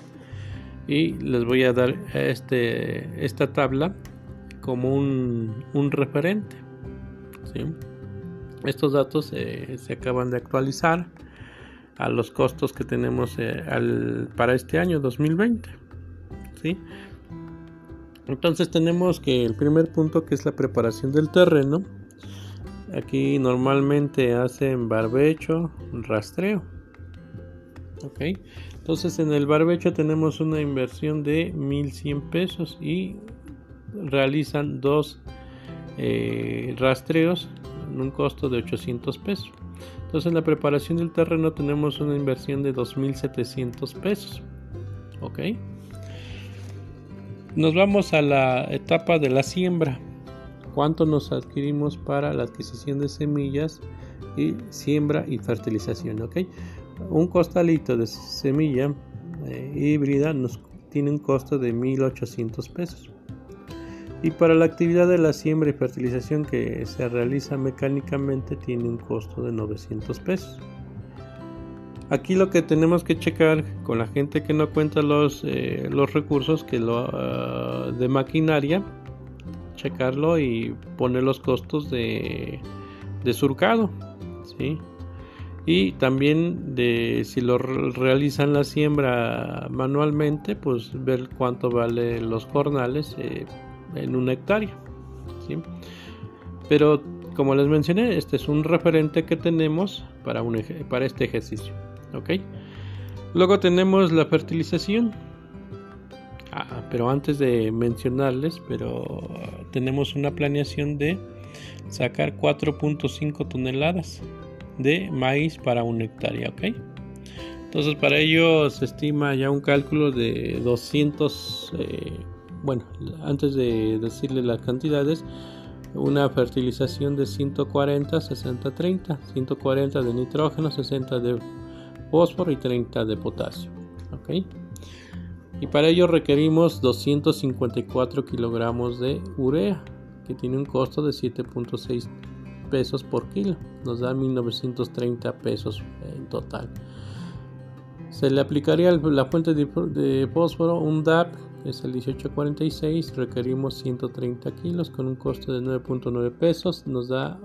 S1: y les voy a dar esta tabla como un referente, ¿sí? Estos datos se acaban de actualizar a los costos que tenemos para este año 2020, ¿sí? Entonces tenemos que el primer punto, que es la preparación del terreno. Aquí normalmente hacen barbecho, rastreo. Ok, entonces en el barbecho tenemos una inversión de 1,100 pesos y realizan 2 rastreos en un costo de 800 pesos. Entonces en la preparación del terreno tenemos una inversión de 2,700 pesos. Ok, nos vamos a la etapa de la siembra. ¿Cuánto nos adquirimos para la adquisición de semillas y siembra y fertilización? ¿Ok? Un costalito de semilla híbrida nos tiene un costo de 1,800 pesos. Y para la actividad de la siembra y fertilización que se realiza mecánicamente tiene un costo de 900 pesos. Aquí lo que tenemos que checar con la gente que no cuenta los recursos que de maquinaria, checarlo y poner los costos de surcado, ¿sí? Y también de si lo realizan la siembra manualmente, pues ver cuánto vale los jornales en una hectárea, ¿sí? Pero como les mencioné, este es un referente que tenemos para este ejercicio, ¿ok? Luego tenemos la fertilización. Pero antes de mencionarles, tenemos una planeación de sacar 4.5 toneladas de maíz para una hectárea, ¿ok? Entonces para ello se estima ya un cálculo de 200, antes de decirles las cantidades, una fertilización de 140, 60, 30, 140 de nitrógeno, 60 de fósforo y 30 de potasio, ¿ok? Y para ello requerimos 254 kilogramos de urea, que tiene un costo de 7.6 pesos por kilo. Nos da 1,930 pesos en total. Se le aplicaría la fuente de fósforo, un DAP, que es el 1846. Requerimos 130 kilos con un costo de 9.9 pesos. Nos da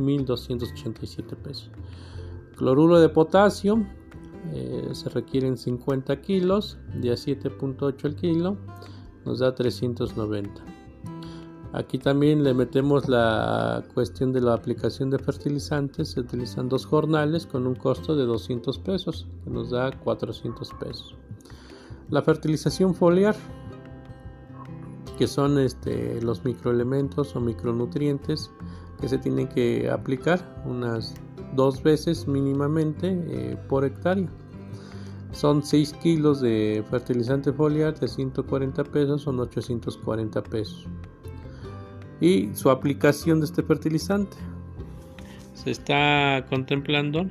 S1: 1,287 pesos. Cloruro de potasio. Se requieren 50 kilos de a 7.8 el kilo, nos da 390. Aquí también le metemos la cuestión de la aplicación de fertilizantes. Se utilizan 2 jornales con un costo de 200 pesos, que nos da 400 pesos. La fertilización foliar, que son los microelementos o micronutrientes, que se tienen que aplicar unas 2 veces mínimamente por hectárea. Son 6 kilos de fertilizante foliar de 140 pesos, son 840 pesos. Y su aplicación de este fertilizante se está contemplando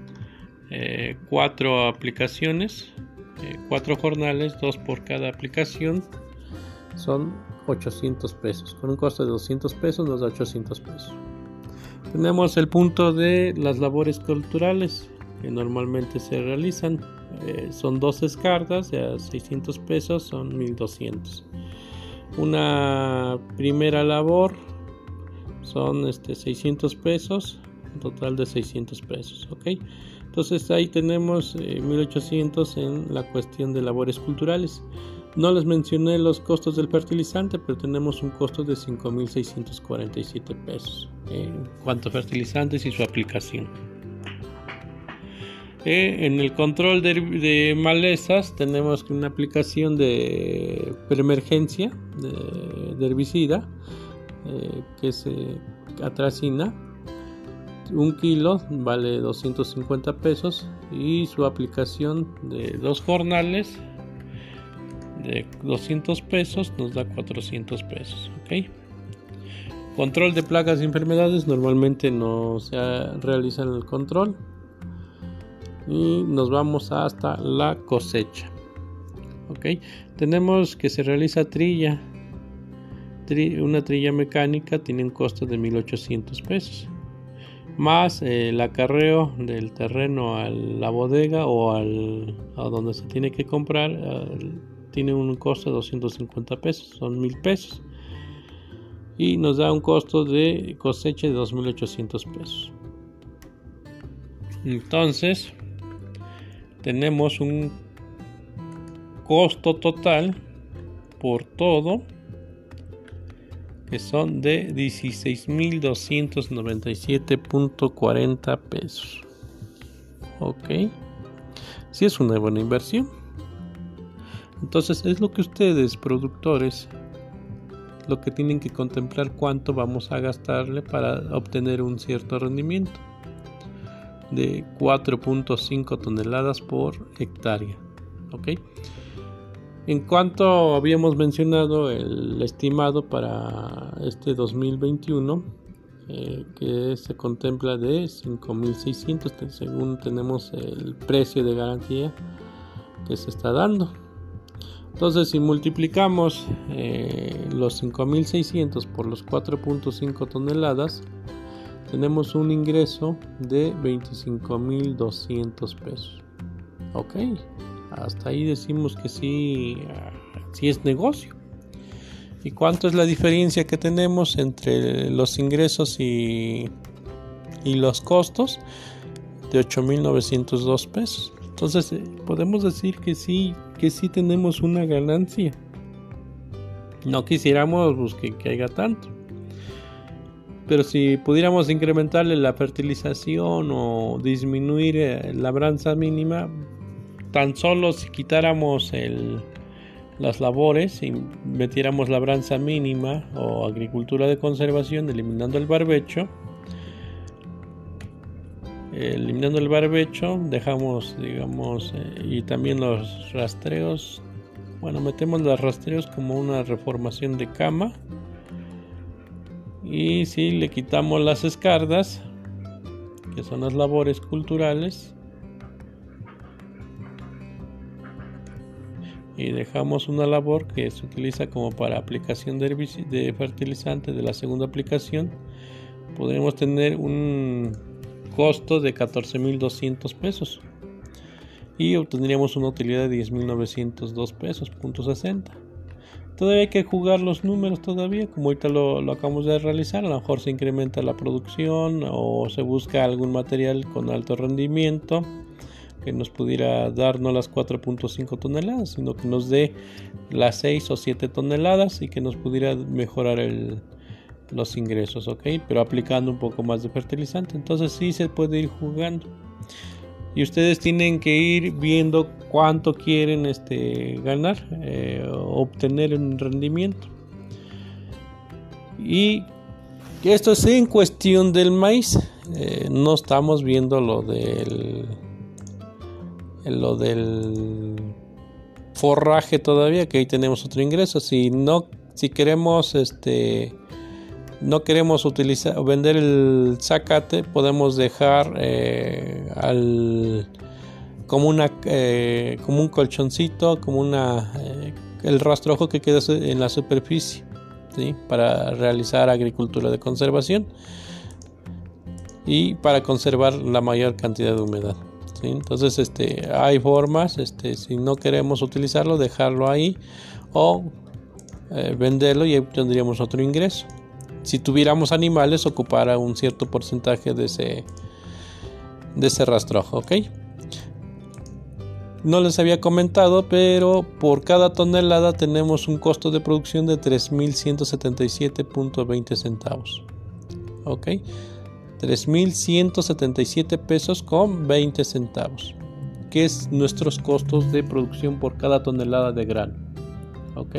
S1: 4 aplicaciones, 4 jornales, 2 por cada aplicación, son 800 pesos. Con un costo de 200 pesos nos da 800 pesos. Tenemos el punto de las labores culturales que normalmente se realizan. Son 2 escardas de a 600 pesos, son 1200. Una primera labor son 600 pesos, un total de 600 pesos, ¿ok? Entonces ahí tenemos 1800 en la cuestión de labores culturales. No les mencioné los costos del fertilizante, pero tenemos un costo de 5647 pesos en cuanto a fertilizantes y su aplicación. En el control de malezas tenemos una aplicación de preemergencia de herbicida que es atracina. 1 kilo vale 250 pesos y su aplicación de 2 jornales de 200 pesos nos da 400 pesos, ¿ok? Control de plagas y enfermedades, normalmente no se realiza el control. Y nos vamos hasta la cosecha, ¿ok? Tenemos que se realiza trilla. Una trilla mecánica tiene un costo de 1800 pesos. Más el acarreo del terreno a la bodega o a donde se tiene que comprar, tiene un costo de 250 pesos, son 1000 pesos. Y nos da un costo de cosecha de 2800 pesos. Entonces, tenemos un costo total por todo que son de 16,297.40 pesos. Ok, si es una buena inversión. Entonces es lo que ustedes, productores, lo que tienen que contemplar, cuánto vamos a gastarle para obtener un cierto rendimiento de 4.5 toneladas por hectárea. Ok, en cuanto habíamos mencionado el estimado para este 2021, que se contempla de 5,600, según tenemos el precio de garantía que se está dando. Entonces, si multiplicamos los 5,600 por los 4.5 toneladas, tenemos un ingreso de 25,200 pesos. Ok, hasta ahí decimos que sí es negocio. ¿Y cuánto es la diferencia que tenemos entre los ingresos y los costos? De 8,902 pesos. Entonces podemos decir que sí tenemos una ganancia. No quisiéramos que haya tanto, pero si pudiéramos incrementarle la fertilización o disminuir la labranza mínima, tan solo si quitáramos las labores y metiéramos labranza mínima o agricultura de conservación, eliminando el barbecho, dejamos, digamos, y también los rastreos. Bueno, metemos los rastreos como una reformación de cama. Y si le quitamos las escardas, que son las labores culturales, y dejamos una labor que se utiliza como para aplicación de fertilizante de la segunda aplicación, podremos tener un costo de 14,200 pesos y obtendríamos una utilidad de 10,902 pesos, .60. Todavía hay que jugar los números todavía, como ahorita lo acabamos de realizar. A lo mejor se incrementa la producción o se busca algún material con alto rendimiento que nos pudiera dar no las 4.5 toneladas, sino que nos dé las 6 o 7 toneladas y que nos pudiera mejorar los ingresos, ¿ok? Pero aplicando un poco más de fertilizante. Entonces sí se puede ir jugando. Y ustedes tienen que ir viendo cuánto quieren ganar, obtener un rendimiento. Y Que esto es en cuestión del maíz. No estamos viendo lo del forraje todavía, que ahí tenemos otro ingreso. Si queremos no queremos utilizar o vender el zacate, podemos dejar como un colchoncito, como el rastrojo que queda en la superficie, ¿sí? Para realizar agricultura de conservación y para conservar la mayor cantidad de humedad, ¿sí? Entonces hay formas, si no queremos utilizarlo, dejarlo ahí o venderlo, y ahí tendríamos otro ingreso. Si tuviéramos animales, ocupara un cierto porcentaje de ese rastrojo, ¿ok? No les había comentado, pero por cada tonelada tenemos un costo de producción de 3,177.20 centavos. ¿Ok? 3,177 pesos con 20 centavos. Que es nuestros costos de producción por cada tonelada de grano. ¿Ok?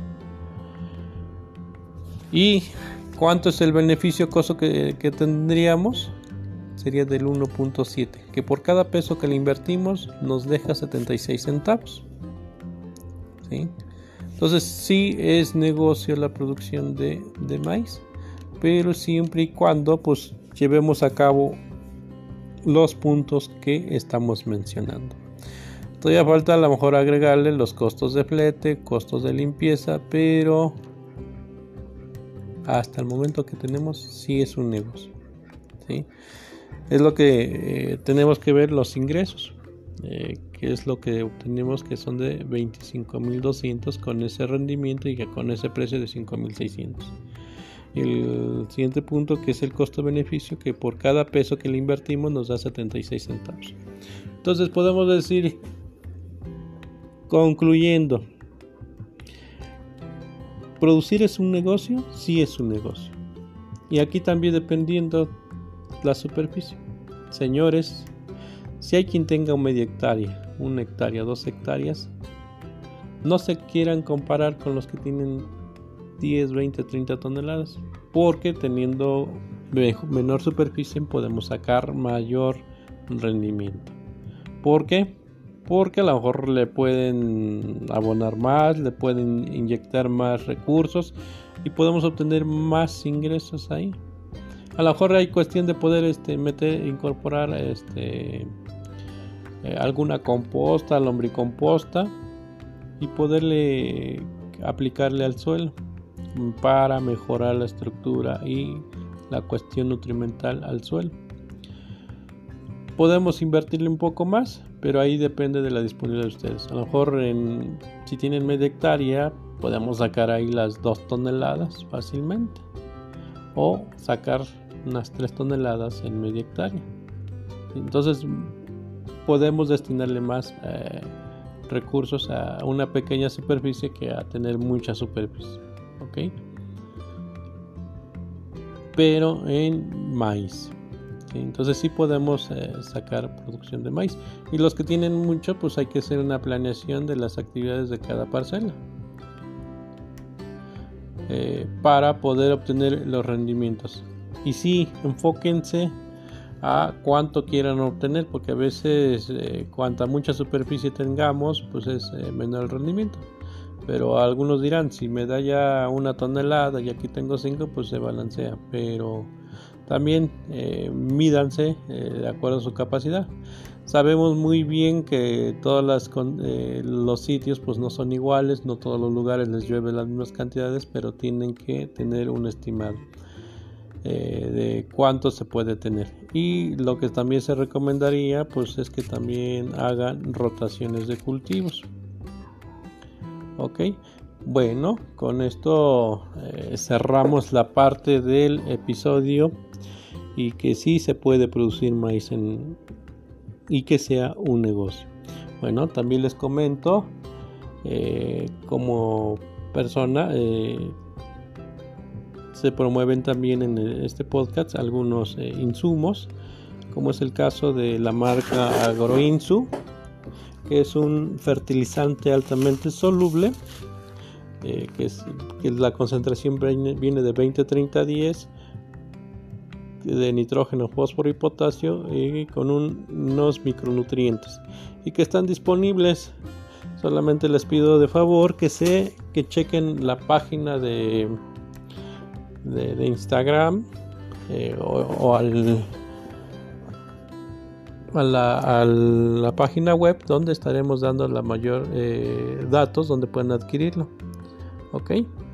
S1: ¿Y cuánto es el beneficio costo que tendríamos? Sería del 1.7, que por cada peso que le invertimos nos deja 76 centavos. ¿Sí? Entonces sí es negocio la producción de maíz, pero siempre y cuando pues llevemos a cabo los puntos que estamos mencionando. Todavía falta a lo mejor agregarle los costos de flete, costos de limpieza, pero hasta el momento que tenemos sí es un negocio, ¿sí? Es lo que tenemos que ver los ingresos, que es lo que obtenemos, que son de 25,200 con ese rendimiento y que con ese precio de 5,600. El siguiente punto, que es el costo-beneficio, que por cada peso que le invertimos nos da 76 centavos. Entonces podemos decir, concluyendo, ¿producir es un negocio? Sí es un negocio. Y aquí también dependiendo la superficie. Señores, si hay quien tenga media hectárea, 1 hectárea, 2 hectáreas, no se quieran comparar con los que tienen 10, 20, 30 toneladas, porque teniendo menor superficie podemos sacar mayor rendimiento. ¿Por qué? Porque a lo mejor le pueden abonar más, le pueden inyectar más recursos y podemos obtener más ingresos ahí. A lo mejor hay cuestión de poder incorporar alguna composta, lombricomposta, y poderle aplicarle al suelo para mejorar la estructura y la cuestión nutrimental al suelo. Podemos invertirle un poco más, pero ahí depende de la disponibilidad de ustedes. A lo mejor si tienen media hectárea, podemos sacar ahí las 2 toneladas fácilmente, o sacar unas 3 toneladas en media hectárea. Entonces podemos destinarle más recursos a una pequeña superficie que a tener mucha superficie, ¿ok? Pero en maíz, ¿sí? Entonces sí podemos sacar producción de maíz, y los que tienen mucho, pues hay que hacer una planeación de las actividades de cada parcela para poder obtener los rendimientos. Y sí, enfóquense a cuánto quieran obtener, porque a veces cuanta mucha superficie tengamos, pues es menor el rendimiento. Pero algunos dirán, si me da ya 1 tonelada y aquí tengo 5, pues se balancea. Pero también mídanse de acuerdo a su capacidad. Sabemos muy bien que todos los sitios pues no son iguales, no todos los lugares les llueve las mismas cantidades, pero tienen que tener un estimado de cuánto se puede tener. Y lo que también se recomendaría pues es que también hagan rotaciones de cultivos. Ok, bueno, con esto cerramos la parte del episodio, y que sí se puede producir maíz y que sea un negocio. Bueno, también les comento, como persona se promueven también en este podcast algunos insumos, como es el caso de la marca Agroinsu, que es un fertilizante altamente soluble, que la concentración viene de 20-30-10, de nitrógeno, fósforo y potasio y con unos micronutrientes y que están disponibles. Solamente les pido de favor que chequen la página de Instagram o a la página web donde estaremos dando la mayor datos donde pueden adquirirlo. Ok,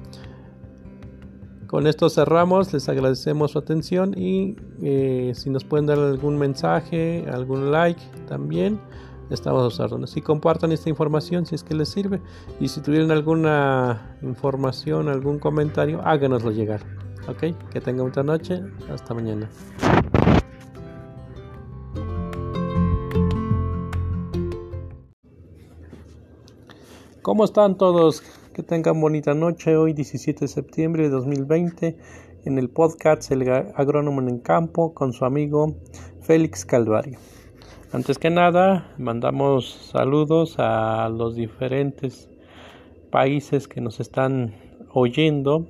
S1: con esto cerramos. Les agradecemos su atención y si nos pueden dar algún mensaje, algún like también, estamos a sus órdenes. Y compartan esta información si es que les sirve, y si tuvieran alguna información, algún comentario, háganoslo llegar. Ok, que tengan buena noche, hasta mañana. ¿Cómo están todos? Que tengan bonita noche. Hoy 17 de septiembre de 2020 en el podcast El Agrónomo en el Campo con su amigo Félix Calvario. Antes que nada, mandamos saludos a los diferentes países que nos están oyendo.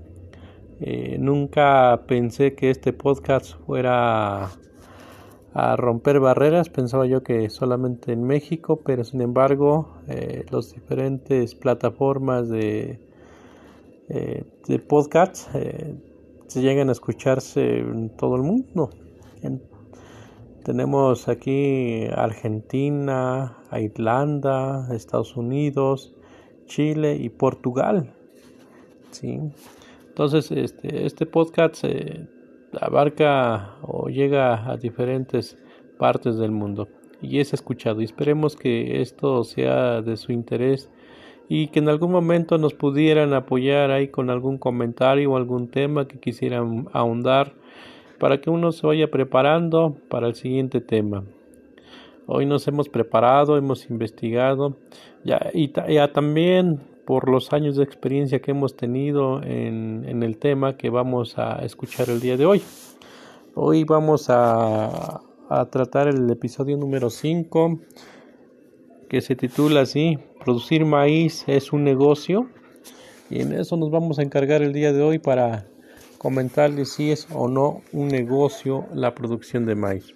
S1: Nunca pensé que este podcast fuera a romper barreras. Pensaba yo que solamente en México, pero sin embargo las diferentes plataformas de podcasts se llegan a escucharse en todo el mundo. Tenemos aquí Argentina, Irlanda, Estados Unidos, Chile y Portugal. ¿Sí? Entonces este podcast abarca o llega a diferentes partes del mundo y es escuchado, y esperemos que esto sea de su interés y que en algún momento nos pudieran apoyar ahí con algún comentario o algún tema que quisieran ahondar para que uno se vaya preparando para el siguiente tema. Hoy nos hemos preparado, hemos investigado ya también por los años de experiencia que hemos tenido en el tema que vamos a escuchar el día de hoy. Hoy vamos a tratar el episodio número 5, que se titula así: ¿Producir maíz es un negocio? Y en eso nos vamos a encargar el día de hoy para comentarles si es o no un negocio la producción de maíz.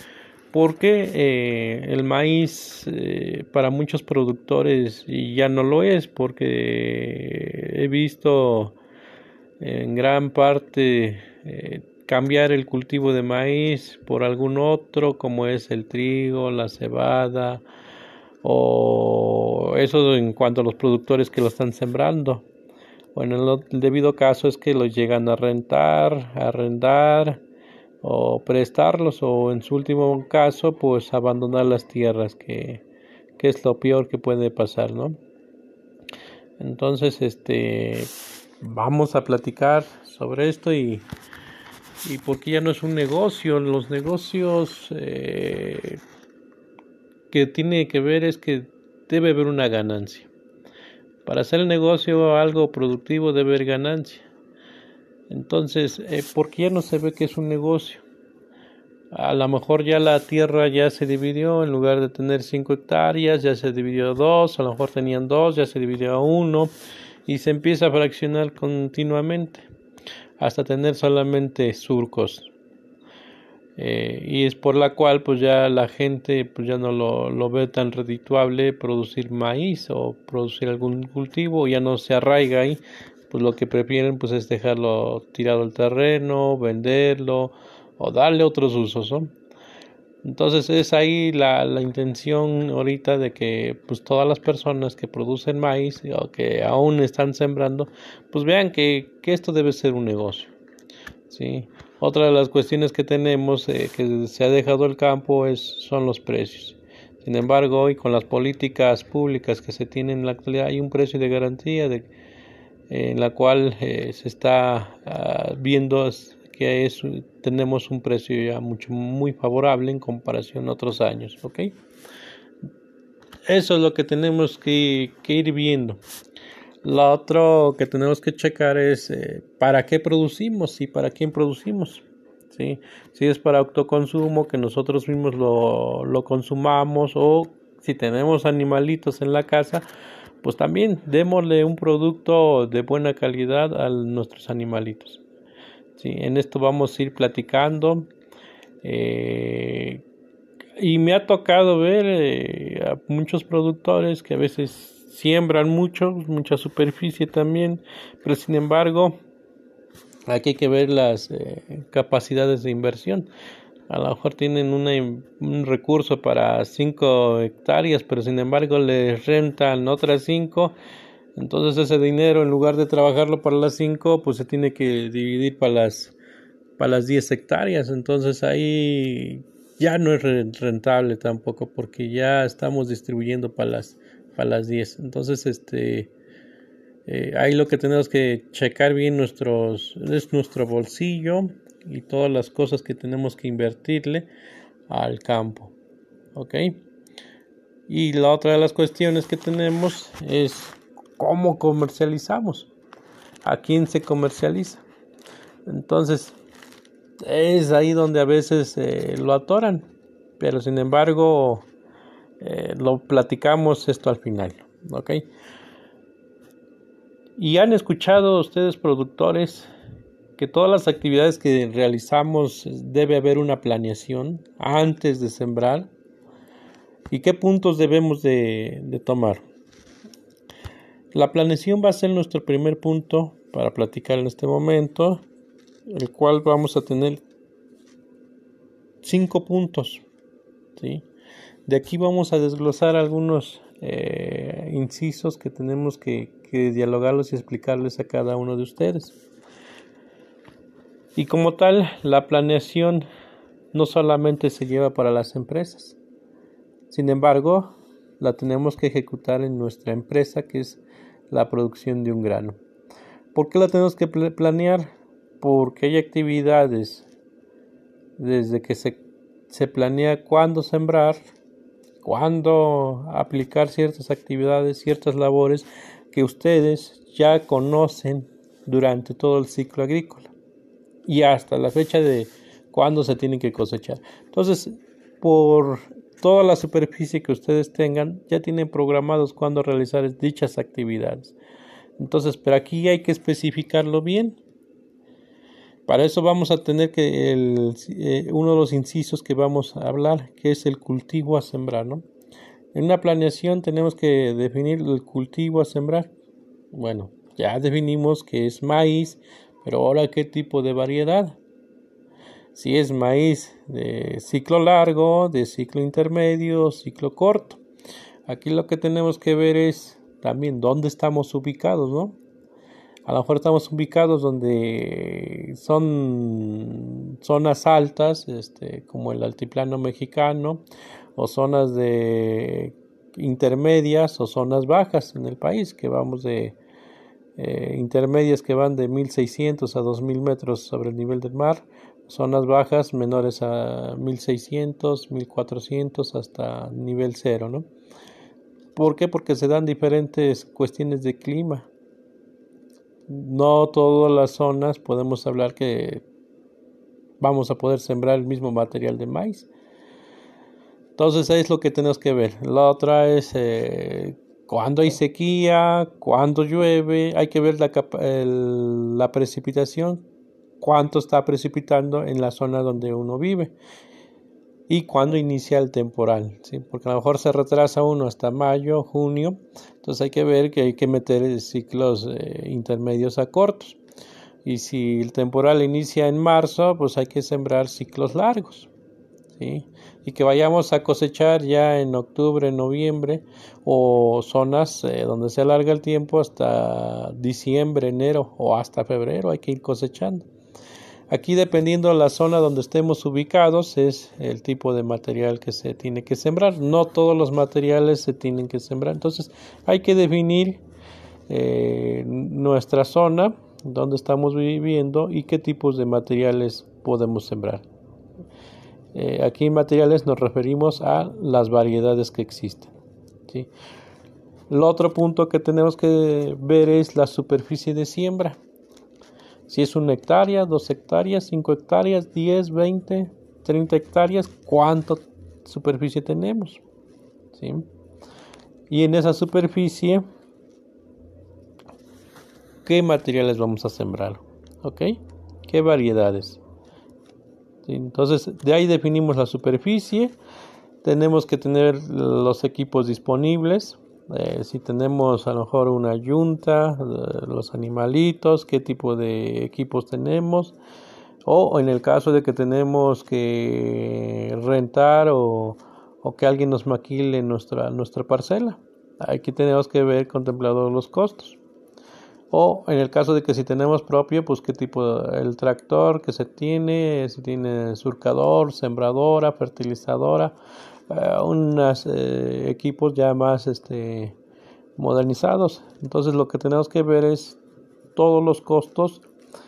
S1: Porque el maíz para muchos productores ya no lo es, porque he visto en gran parte cambiar el cultivo de maíz por algún otro, como es el trigo, la cebada, o eso en cuanto a los productores que lo están sembrando. Bueno, el debido caso es que los llegan a rentar, a arrendar o prestarlos, o en su último caso pues abandonar las tierras, que es lo peor que puede pasar, ¿no? Entonces vamos a platicar sobre esto y porque ya no es un negocio. Los negocios que tiene que ver es que debe haber una ganancia. Para hacer el negocio algo productivo debe haber ganancia. Entonces, ¿por qué ya no se ve que es un negocio? A lo mejor ya la tierra ya se dividió, en lugar de tener 5 hectáreas, ya se dividió a 2, a lo mejor tenían 2, ya se dividió a 1, y se empieza a fraccionar continuamente, hasta tener solamente surcos. Y es por la cual pues ya la gente pues ya no lo ve tan redituable producir maíz o producir algún cultivo, ya no se arraiga ahí. Pues lo que prefieren pues es dejarlo tirado al terreno, venderlo o darle otros usos, ¿no? Entonces es ahí la intención ahorita de que pues todas las personas que producen maíz o que aún están sembrando pues vean que esto debe ser un negocio, ¿sí? Otra de las cuestiones que tenemos que se ha dejado el campo son los precios. Sin embargo, hoy con las políticas públicas que se tienen en la actualidad hay un precio de garantía en la cual se está viendo que tenemos un precio ya muy favorable en comparación a otros años, ¿ok? Eso es lo que tenemos que ir viendo. Lo otro que tenemos que checar es para qué producimos y para quién producimos, ¿sí? Si es para autoconsumo, que nosotros mismos lo consumamos, o si tenemos animalitos en la casa, pues también démosle un producto de buena calidad a nuestros animalitos. ¿sí? En esto vamos a ir platicando. Y me ha tocado ver a muchos productores que a veces siembran mucha superficie también, pero sin embargo aquí hay que ver las capacidades de inversión. A lo mejor tienen un recurso para 5 hectáreas, pero sin embargo les rentan otras 5. Entonces ese dinero, en lugar de trabajarlo para las 5, pues se tiene que dividir para las 10 hectáreas. Entonces ahí ya no es rentable tampoco, porque ya estamos distribuyendo para las 10. Entonces ahí lo que tenemos que checar bien es nuestro bolsillo y todas las cosas que tenemos que invertirle al campo. ¿Ok? Y la otra de las cuestiones que tenemos es cómo comercializamos, a quién se comercializa. Entonces es ahí donde a veces lo atoran, pero sin embargo lo platicamos esto al final. ¿Ok? Y han escuchado ustedes, productores, que todas las actividades que realizamos debe haber una planeación antes de sembrar. ¿Y qué puntos debemos de tomar? La planeación va a ser nuestro primer punto para platicar en este momento, el cual vamos a tener 5 puntos, ¿sí? De aquí vamos a desglosar algunos incisos que tenemos que dialogarlos y explicarles a cada uno de ustedes. Y como tal, la planeación no solamente se lleva para las empresas. Sin embargo, la tenemos que ejecutar en nuestra empresa, que es la producción de un grano. ¿Por qué la tenemos que planear? Porque hay actividades desde que se planea cuándo sembrar, cuándo aplicar ciertas actividades, ciertas labores que ustedes ya conocen durante todo el ciclo agrícola y hasta la fecha de cuándo se tienen que cosechar. Entonces, por toda la superficie que ustedes tengan, ya tienen programados cuándo realizar dichas actividades. Entonces, pero aquí hay que especificarlo bien. Para eso vamos a tener que uno de los incisos que vamos a hablar, que es el cultivo a sembrar, ¿no? En una planeación tenemos que definir el cultivo a sembrar. Bueno, ya definimos que es maíz, pero ahora qué tipo de variedad. Si es maíz de ciclo largo, de ciclo intermedio, ciclo corto. Aquí lo que tenemos que ver es también dónde estamos ubicados, ¿no? A lo mejor estamos ubicados donde son zonas altas, como el altiplano mexicano, o zonas de intermedias o zonas bajas en el país, que vamos de intermedias que van de 1600 a 2000 metros sobre el nivel del mar, zonas bajas menores a 1600, 1400 hasta nivel cero, ¿no? ¿Por qué? Porque se dan diferentes cuestiones de clima. No todas las zonas podemos hablar que vamos a poder sembrar el mismo material de maíz. Entonces es lo que tenemos que ver. La otra es cuando hay sequía, cuando llueve. Hay que ver la precipitación, cuánto está precipitando en la zona donde uno vive y cuándo inicia el temporal, ¿sí? Porque a lo mejor se retrasa uno hasta mayo, junio. Entonces hay que ver que hay que meter ciclos intermedios a cortos. Y si el temporal inicia en marzo, pues hay que sembrar ciclos largos, ¿sí? Y que vayamos a cosechar ya en octubre, noviembre, o zonas donde se alarga el tiempo hasta diciembre, enero o hasta febrero, hay que ir cosechando. Aquí, dependiendo de la zona donde estemos ubicados, es el tipo de material que se tiene que sembrar. No todos los materiales se tienen que sembrar. Entonces hay que definir nuestra zona, donde estamos viviendo y qué tipos de materiales podemos sembrar. Aquí en materiales nos referimos a las variedades que existen, ¿sí? El otro punto que tenemos que ver es la superficie de siembra. Si es 1 hectárea, 2 hectáreas, 5 hectáreas, 10, 20, 30 hectáreas, ¿cuánta superficie tenemos? ¿Sí? Y en esa superficie, ¿qué materiales vamos a sembrar? ¿Ok? qué variedades. ¿Sí? Entonces, de ahí definimos la superficie. Tenemos que tener los equipos disponibles. Si tenemos a lo mejor una yunta, los animalitos, qué tipo de equipos tenemos. O en el caso de que tenemos que rentar o que alguien nos maquile nuestra parcela. Aquí tenemos que ver contemplados los costos. O en el caso de que si tenemos propio, pues qué tipo, el tractor que se tiene, si tiene surcador, sembradora, fertilizadora, unos equipos ya más modernizados. Entonces lo que tenemos que ver es todos los costos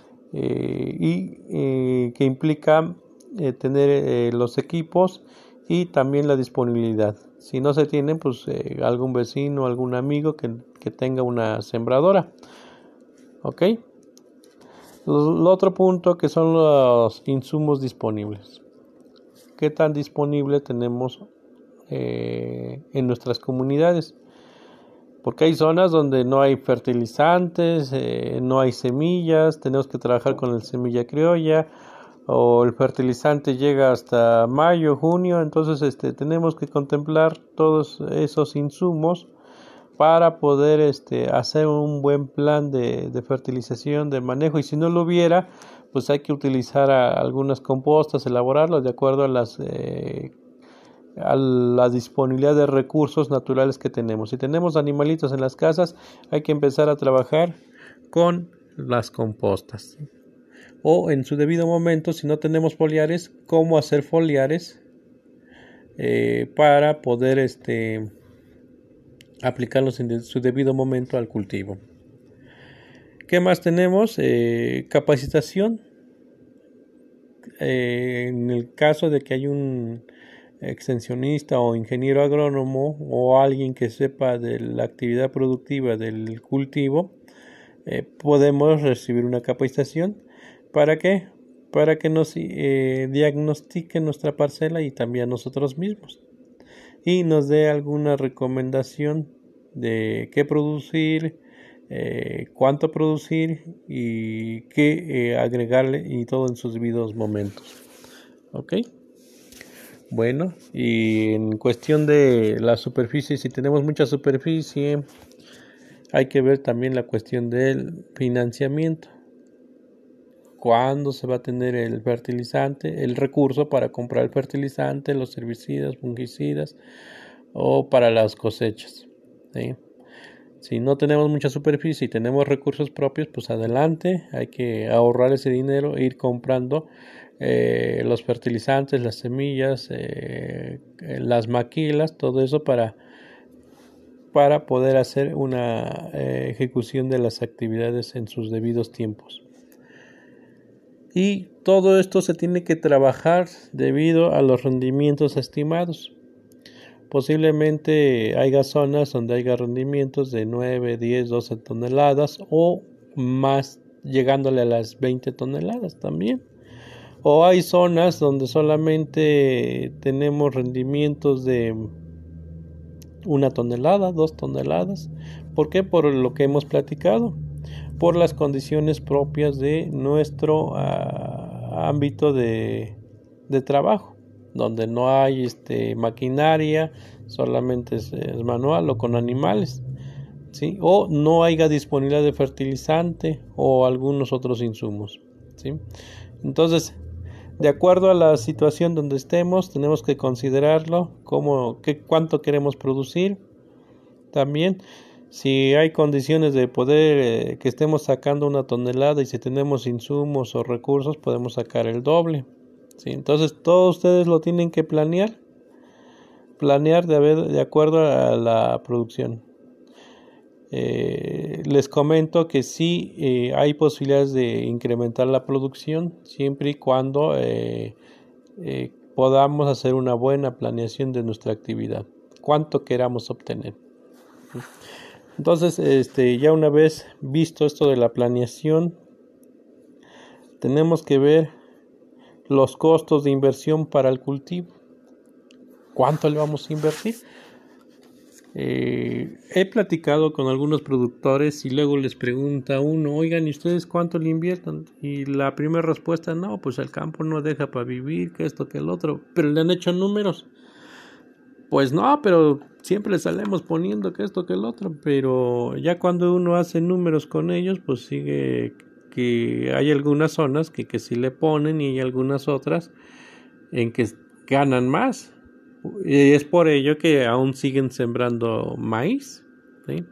S1: y que implica tener los equipos y también la disponibilidad. Si no se tienen, pues algún vecino, algún amigo que tenga una sembradora. ¿Ok? El otro punto que son los insumos disponibles. ¿Qué tan disponible tenemos en nuestras comunidades? Porque hay zonas donde no hay fertilizantes, no hay semillas, tenemos que trabajar con el semilla criolla, o el fertilizante llega hasta mayo, junio, entonces tenemos que contemplar todos esos insumos para poder hacer un buen plan de fertilización, de manejo, y si no lo hubiera, pues hay que utilizar algunas compostas, elaborarlos de acuerdo a la disponibilidad de recursos naturales que tenemos. Si tenemos animalitos en las casas, hay que empezar a trabajar con las compostas. O en su debido momento, si no tenemos foliares, cómo hacer foliares para poder aplicarlos en su debido momento al cultivo. ¿Qué más tenemos? Capacitación. En el caso de que hay un extensionista o ingeniero agrónomo o alguien que sepa de la actividad productiva del cultivo, podemos recibir una capacitación. ¿Para qué? Para que nos diagnostique nuestra parcela y también nosotros mismos y nos dé alguna recomendación de qué producir, cuánto producir y qué agregarle, y todo en sus debidos momentos. ¿Ok? Bueno, y en cuestión de la superficie, si tenemos mucha superficie, hay que ver también la cuestión del financiamiento. ¿Cuándo se va a tener el fertilizante, el recurso para comprar el fertilizante, los herbicidas, fungicidas o para las cosechas? ¿Sí? Si no tenemos mucha superficie y tenemos recursos propios, pues adelante, hay que ahorrar ese dinero e ir comprando los fertilizantes, las semillas, las maquilas, todo eso para poder hacer una ejecución de las actividades en sus debidos tiempos. Y todo esto se tiene que trabajar debido a los rendimientos estimados. Posiblemente haya zonas donde haya rendimientos de 9, 10, 12 toneladas o más, llegándole a las 20 toneladas también. O hay zonas donde solamente tenemos rendimientos de 1 tonelada, 2 toneladas. ¿Por qué? Por lo que hemos platicado, por las condiciones propias de nuestro ámbito de trabajo, donde no hay maquinaria, solamente es manual o con animales, ¿sí? O no haya disponibilidad de fertilizante o algunos otros insumos, ¿sí? Entonces, de acuerdo a la situación donde estemos, tenemos que considerarlo, cuánto queremos producir. También, si hay condiciones de poder que estemos sacando 1 tonelada y si tenemos insumos o recursos, podemos sacar el doble. ¿Sí? Entonces, todos ustedes lo tienen que planear de acuerdo a la producción. Les comento que sí hay posibilidades de incrementar la producción siempre y cuando podamos hacer una buena planeación de nuestra actividad, cuánto queramos obtener. Entonces, ya una vez visto esto de la planeación, tenemos que ver los costos de inversión para el cultivo. ¿Cuánto le vamos a invertir? He platicado con algunos productores y luego les pregunta uno, oigan, ¿y ustedes cuánto le invierten? Y la primera respuesta, no, pues el campo no deja para vivir, que esto, que el otro, pero le han hecho números. Pues no, pero siempre salemos poniendo que esto, que el otro, pero ya cuando uno hace números con ellos, pues sigue que hay algunas zonas que sí le ponen y hay algunas otras en que ganan más. Y es por ello que aún siguen sembrando maíz, ¿sí?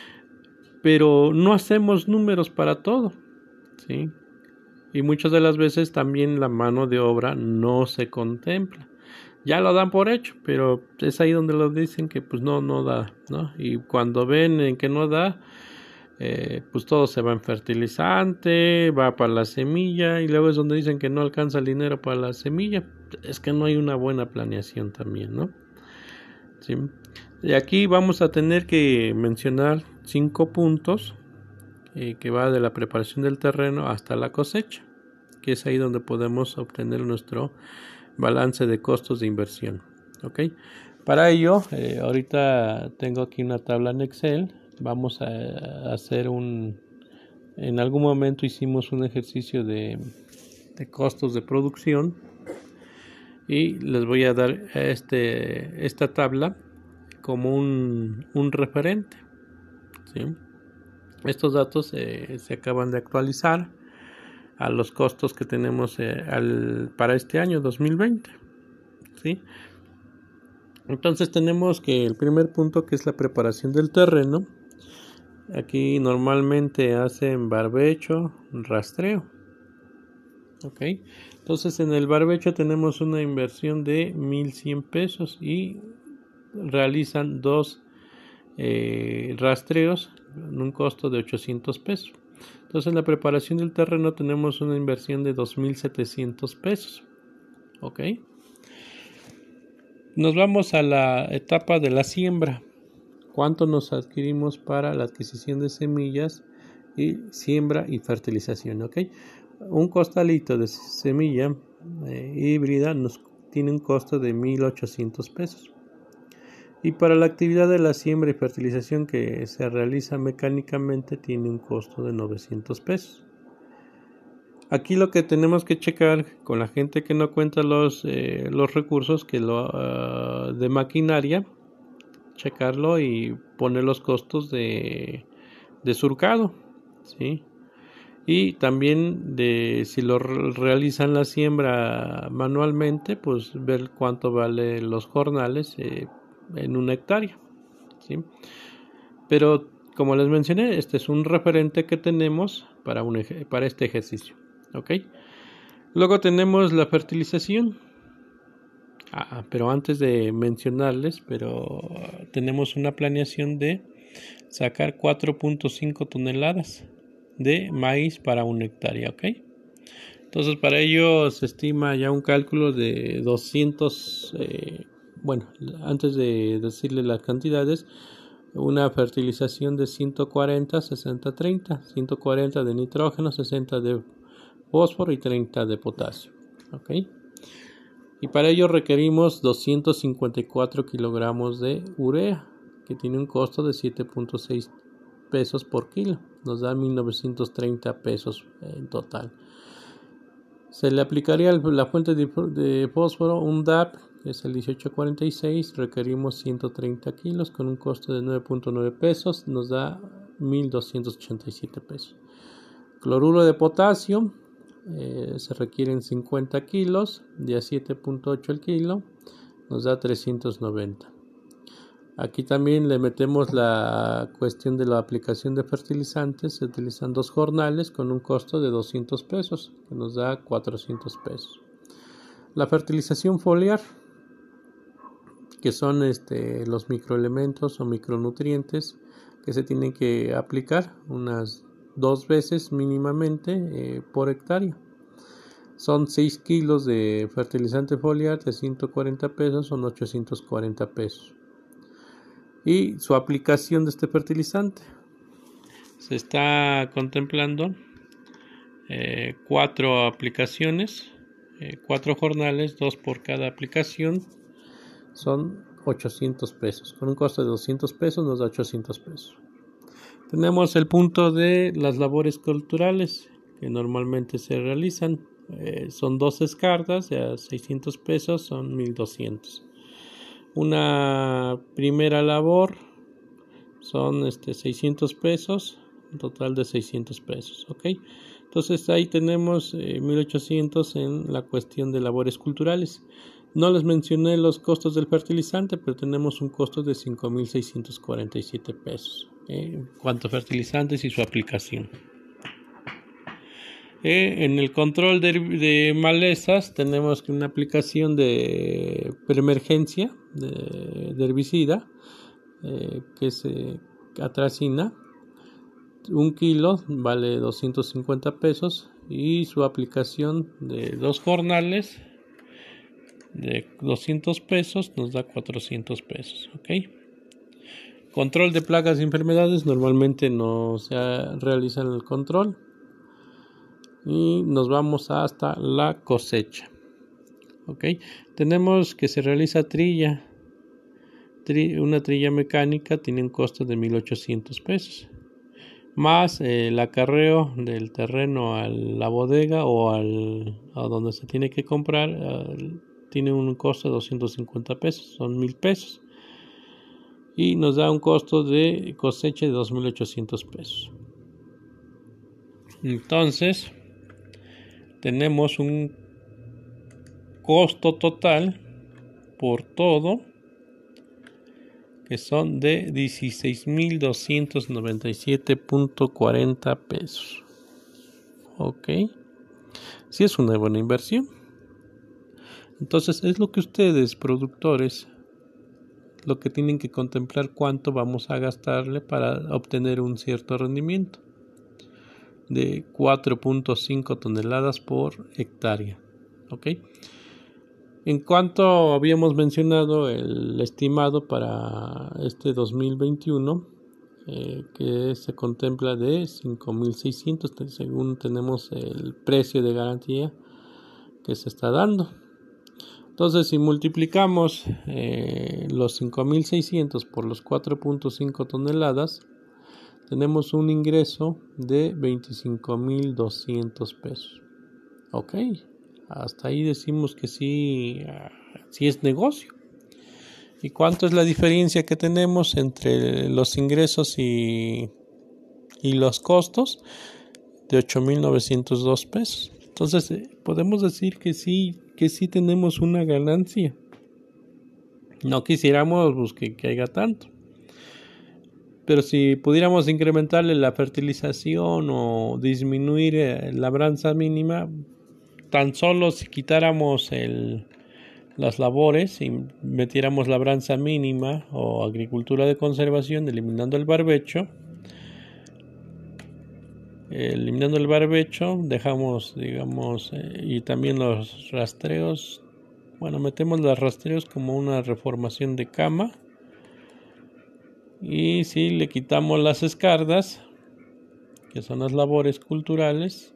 S1: Pero no hacemos números para todo, ¿sí? Y muchas de las veces también la mano de obra no se contempla. Ya lo dan por hecho, pero es ahí donde lo dicen que pues no da, ¿no? Y cuando ven en que no da, pues todo se va en fertilizante, va para la semilla y luego es donde dicen que no alcanza el dinero para la semilla. Es que no hay una buena planeación también, ¿no? ¿Sí? Y aquí vamos a tener que mencionar 5 puntos que va de la preparación del terreno hasta la cosecha, que es ahí donde podemos obtener nuestro balance de costos de inversión. ¿Ok? Para ello, ahorita tengo aquí una tabla en Excel. Vamos a hacer en algún momento hicimos un ejercicio de costos de producción y les voy a dar esta tabla como un referente, ¿sí? Estos datos se acaban de actualizar a los costos que tenemos para este año 2020, ¿sí? Entonces tenemos que el primer punto, que es la preparación del terreno. Aquí normalmente hacen barbecho, rastreo. Ok, entonces en el barbecho tenemos una inversión de 1,100 pesos y realizan 2 rastreos en un costo de 800 pesos. Entonces en la preparación del terreno tenemos una inversión de 2,700 pesos. Ok, nos vamos a la etapa de la siembra. ¿Cuánto nos adquirimos para la adquisición de semillas y siembra y fertilización? ¿Ok? Un costalito de semilla híbrida nos tiene un costo de 1,800 pesos. Y para la actividad de la siembra y fertilización que se realiza mecánicamente tiene un costo de 900 pesos. Aquí lo que tenemos que checar con la gente que no cuenta los recursos de maquinaria, checarlo y poner los costos de surcado, ¿sí? Y también de si lo realizan la siembra manualmente, pues ver cuánto vale los jornales en una hectárea, ¿sí? Pero como les mencioné, este es un referente que tenemos para este ejercicio, ¿ok? Luego tenemos la fertilización. Pero antes de mencionarles, tenemos una planeación de sacar 4.5 toneladas de maíz para una hectárea, ¿ok? Entonces para ello se estima ya un cálculo de 200, antes de decirle las cantidades, una fertilización de 140, 60, 30, 140 de nitrógeno, 60 de fósforo y 30 de potasio, ¿ok? Y para ello requerimos 254 kilogramos de urea, que tiene un costo de 7.6 pesos por kilo. Nos da 1,930 pesos en total. Se le aplicaría la fuente de fósforo, un DAP, que es el 1846. Requerimos 130 kilos con un costo de 9.9 pesos. Nos da 1,287 pesos. Cloruro de potasio. Se requieren 50 kilos de a 7.8 el kilo, nos da 390. Aquí también le metemos la cuestión de la aplicación de fertilizantes. Se utilizan 2 jornales con un costo de 200 pesos, que nos da 400 pesos. La fertilización foliar, que son los microelementos o micronutrientes que se tienen que aplicar unas 2 veces mínimamente por hectárea. Son 6 kilos de fertilizante foliar de 140 pesos, son 840 pesos. Y su aplicación de este fertilizante. Se está contemplando 4 aplicaciones, 4 jornales, 2 por cada aplicación. Son 800 pesos. Con un costo de 200 pesos nos da 800 pesos. Tenemos el punto de las labores culturales que normalmente se realizan. Son 2 escardas, a 600 pesos, son 1200. Una primera labor son 600 pesos, un total de 600 pesos, ¿ok? Entonces ahí tenemos 1800 en la cuestión de labores culturales. No les mencioné los costos del fertilizante, pero tenemos un costo de 5647 pesos en cuanto a fertilizantes y su aplicación. En el control de malezas tenemos una aplicación de preemergencia de herbicida que es atracina. 1 kilo vale 250 pesos y su aplicación de 2 jornales de 200 pesos nos da 400 pesos, ¿ok? Control de plagas y enfermedades, normalmente no se realiza el control. Y nos vamos hasta la cosecha, ¿ok? Tenemos que se realiza trilla. Una trilla mecánica tiene un costo de 1800 pesos. Más el acarreo del terreno a la bodega o a donde se tiene que comprar, tiene un costo de 250 pesos, son 1000 pesos. Y nos da un costo de cosecha de 2800 pesos. Entonces, tenemos un costo total por todo que son de 16,297.40 pesos. Ok, si es una buena inversión. Entonces es lo que ustedes, productores, lo que tienen que contemplar, cuánto vamos a gastarle para obtener un cierto rendimiento de 4.5 toneladas por hectárea. Ok. En cuanto habíamos mencionado el estimado para este 2021, que se contempla de 5,600, según tenemos el precio de garantía que se está dando. Entonces, si multiplicamos los 5,600 por los 4.5 toneladas, tenemos un ingreso de 25,200 pesos. Ok. Hasta ahí decimos que sí es negocio. ¿Y cuánto es la diferencia que tenemos entre los ingresos y los costos? De 8,902 pesos. Entonces podemos decir que sí tenemos una ganancia. No quisiéramos que haya tanto. Pero si pudiéramos incrementarle la fertilización o disminuir la labranza mínima, tan solo si quitáramos las labores y metiéramos labranza mínima o agricultura de conservación, eliminando el barbecho, dejamos, digamos, y también los rastreos. Bueno, metemos los rastreos como una reformación de cama. Y si le quitamos las escardas, que son las labores culturales,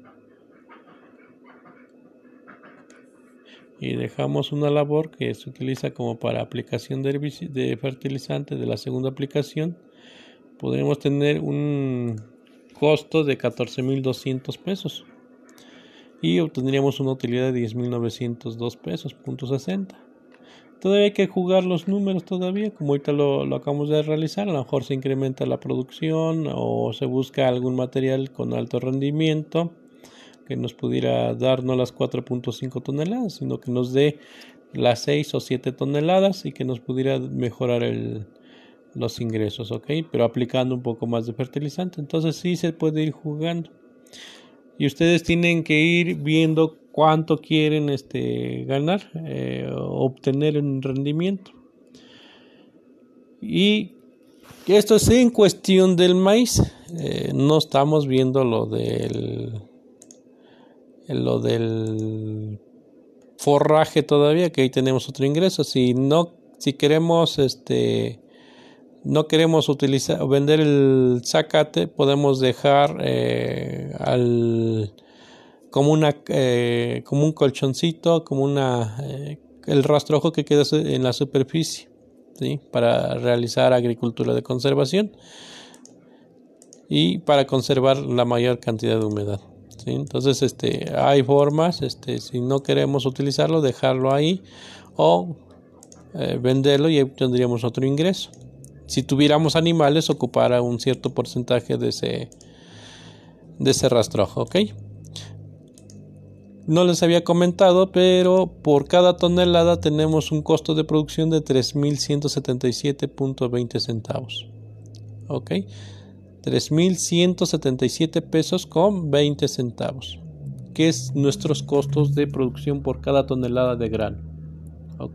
S1: y dejamos una labor que se utiliza como para aplicación de fertilizante de la segunda aplicación, podremos tener un costo de 14,200 pesos y obtendríamos una utilidad de 10,902 pesos, .60. Todavía hay que jugar los números todavía, como ahorita lo acabamos de realizar. A lo mejor se incrementa la producción o se busca algún material con alto rendimiento que nos pudiera dar no las 4.5 toneladas, sino que nos dé las 6 o 7 toneladas y que nos pudiera mejorar los ingresos, ¿ok? Pero aplicando un poco más de fertilizante. Entonces sí se puede ir jugando. Y ustedes tienen que ir viendo cuánto quieren ganar, obtener en rendimiento. Y esto es en cuestión del maíz. No estamos viendo lo del forraje todavía, que ahí tenemos otro ingreso. Si queremos no queremos utilizar o vender el zacate, podemos dejar como un colchoncito, como el rastrojo que queda en la superficie. ¿sí? Para realizar agricultura de conservación y para conservar la mayor cantidad de humedad, ¿sí? Entonces, hay formas, si no queremos utilizarlo, dejarlo ahí o venderlo y ahí tendríamos otro ingreso. Si tuviéramos animales, ocupara un cierto porcentaje de ese rastrojo, ¿ok? No les había comentado, pero por cada tonelada tenemos un costo de producción de 3,177.20 centavos. ¿Ok? 3,177 pesos con 20 centavos. Que es nuestros costos de producción por cada tonelada de grano. ¿Ok?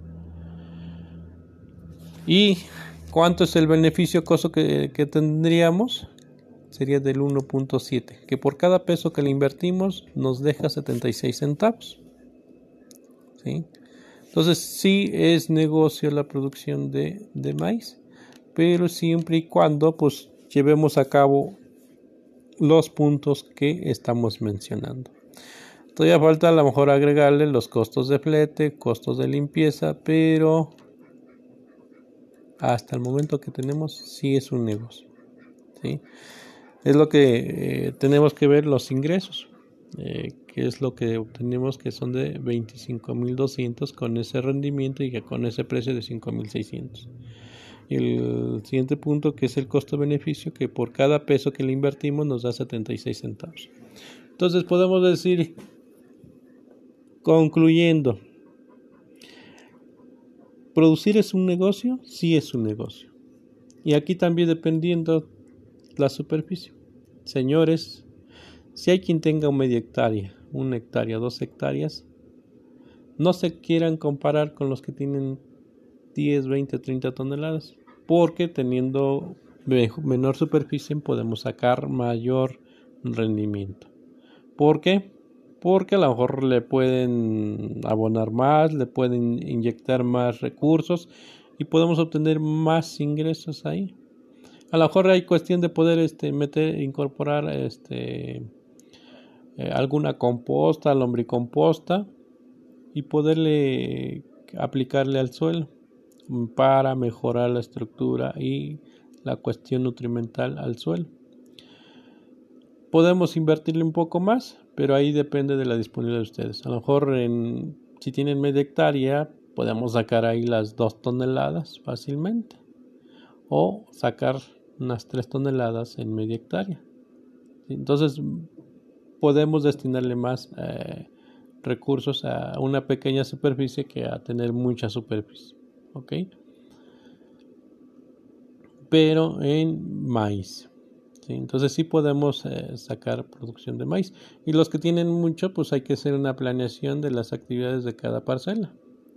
S1: ¿Y cuánto es el beneficio costo que tendríamos? Sería del 1.7, que por cada peso que le invertimos nos deja 76 centavos. ¿Sí? Entonces sí es negocio la producción de maíz, pero siempre y cuando pues llevemos a cabo los puntos que estamos mencionando. Todavía falta a lo mejor agregarle los costos de flete, costos de limpieza, pero hasta el momento que tenemos sí es un negocio, ¿sí? Es lo que tenemos que ver los ingresos, que es lo que obtenemos, que son de 25,200 con ese rendimiento y que con ese precio de 5,600. Y el siguiente punto, que es el costo-beneficio, que por cada peso que le invertimos nos da 76 centavos. Entonces podemos decir, concluyendo, ¿producir es un negocio? Sí es un negocio. Y aquí también dependiendo la superficie. Señores, si hay quien tenga media hectárea, 1 hectárea, 2 hectáreas, no se quieran comparar con los que tienen 10, 20, 30 toneladas, porque teniendo menor superficie podemos sacar mayor rendimiento. ¿Por qué? Porque a lo mejor le pueden abonar más, le pueden inyectar más recursos y podemos obtener más ingresos ahí. A lo mejor hay cuestión de poder incorporar alguna composta, lombricomposta y poderle aplicarle al suelo para mejorar la estructura y la cuestión nutrimental al suelo. Podemos invertirle un poco más, pero ahí depende de la disponibilidad de ustedes. A lo mejor si tienen media hectárea, podemos sacar ahí las 2 toneladas fácilmente o sacar unas 3 toneladas en media hectárea. Entonces podemos destinarle más recursos a una pequeña superficie que a tener mucha superficie, ¿ok? Pero en maíz, ¿sí? Entonces sí podemos sacar producción de maíz, y los que tienen mucho, pues hay que hacer una planeación de las actividades de cada parcela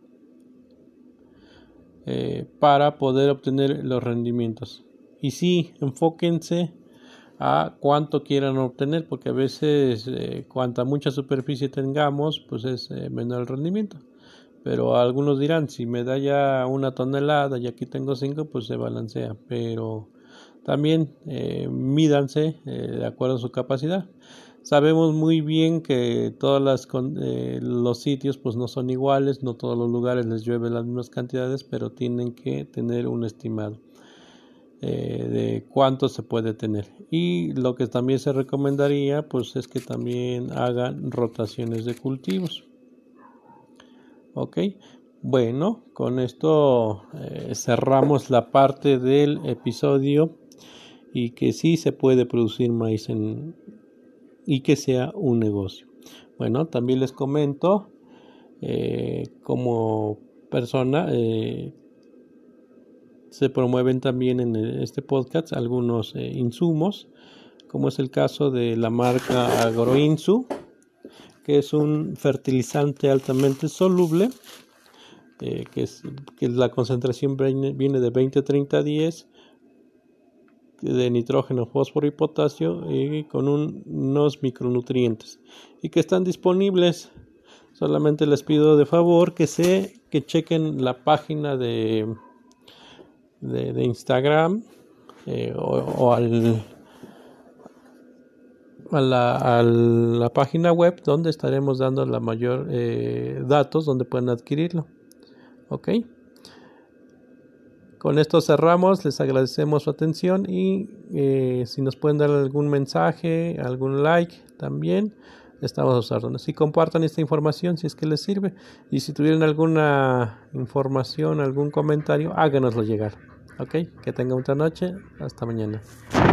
S1: para poder obtener los rendimientos. Y sí, enfóquense a cuánto quieran obtener, porque a veces cuanta mucha superficie tengamos, pues es menor el rendimiento. Pero algunos dirán, si me da ya 1 tonelada y aquí tengo 5, pues se balancea. Pero también mídanse de acuerdo a su capacidad. Sabemos muy bien que todos los sitios pues no son iguales, no todos los lugares les llueve las mismas cantidades, pero tienen que tener un estimado de cuánto se puede tener. Y lo que también se recomendaría pues es que también hagan rotaciones de cultivos. Ok, bueno, con esto cerramos la parte del episodio, y que sí se puede producir maíz y que sea un negocio. Bueno, también les comento como persona se promueven también en este podcast algunos insumos, como es el caso de la marca Agroinsu, que es un fertilizante altamente soluble, que la concentración viene de 20-30-10 de nitrógeno, fósforo y potasio, y con unos micronutrientes, y que están disponibles. Solamente les pido de favor que chequen la página de Instagram o a la página web, donde estaremos dando la mayor datos donde pueden adquirirlo. Ok, Con esto cerramos, les agradecemos su atención y si nos pueden dar algún mensaje, algún like también, estamos a sus órdenes. Y compartan esta información si es que les sirve. Y si tuvieran alguna información, algún comentario, háganoslo llegar. Ok, que tengan una noche. Hasta mañana.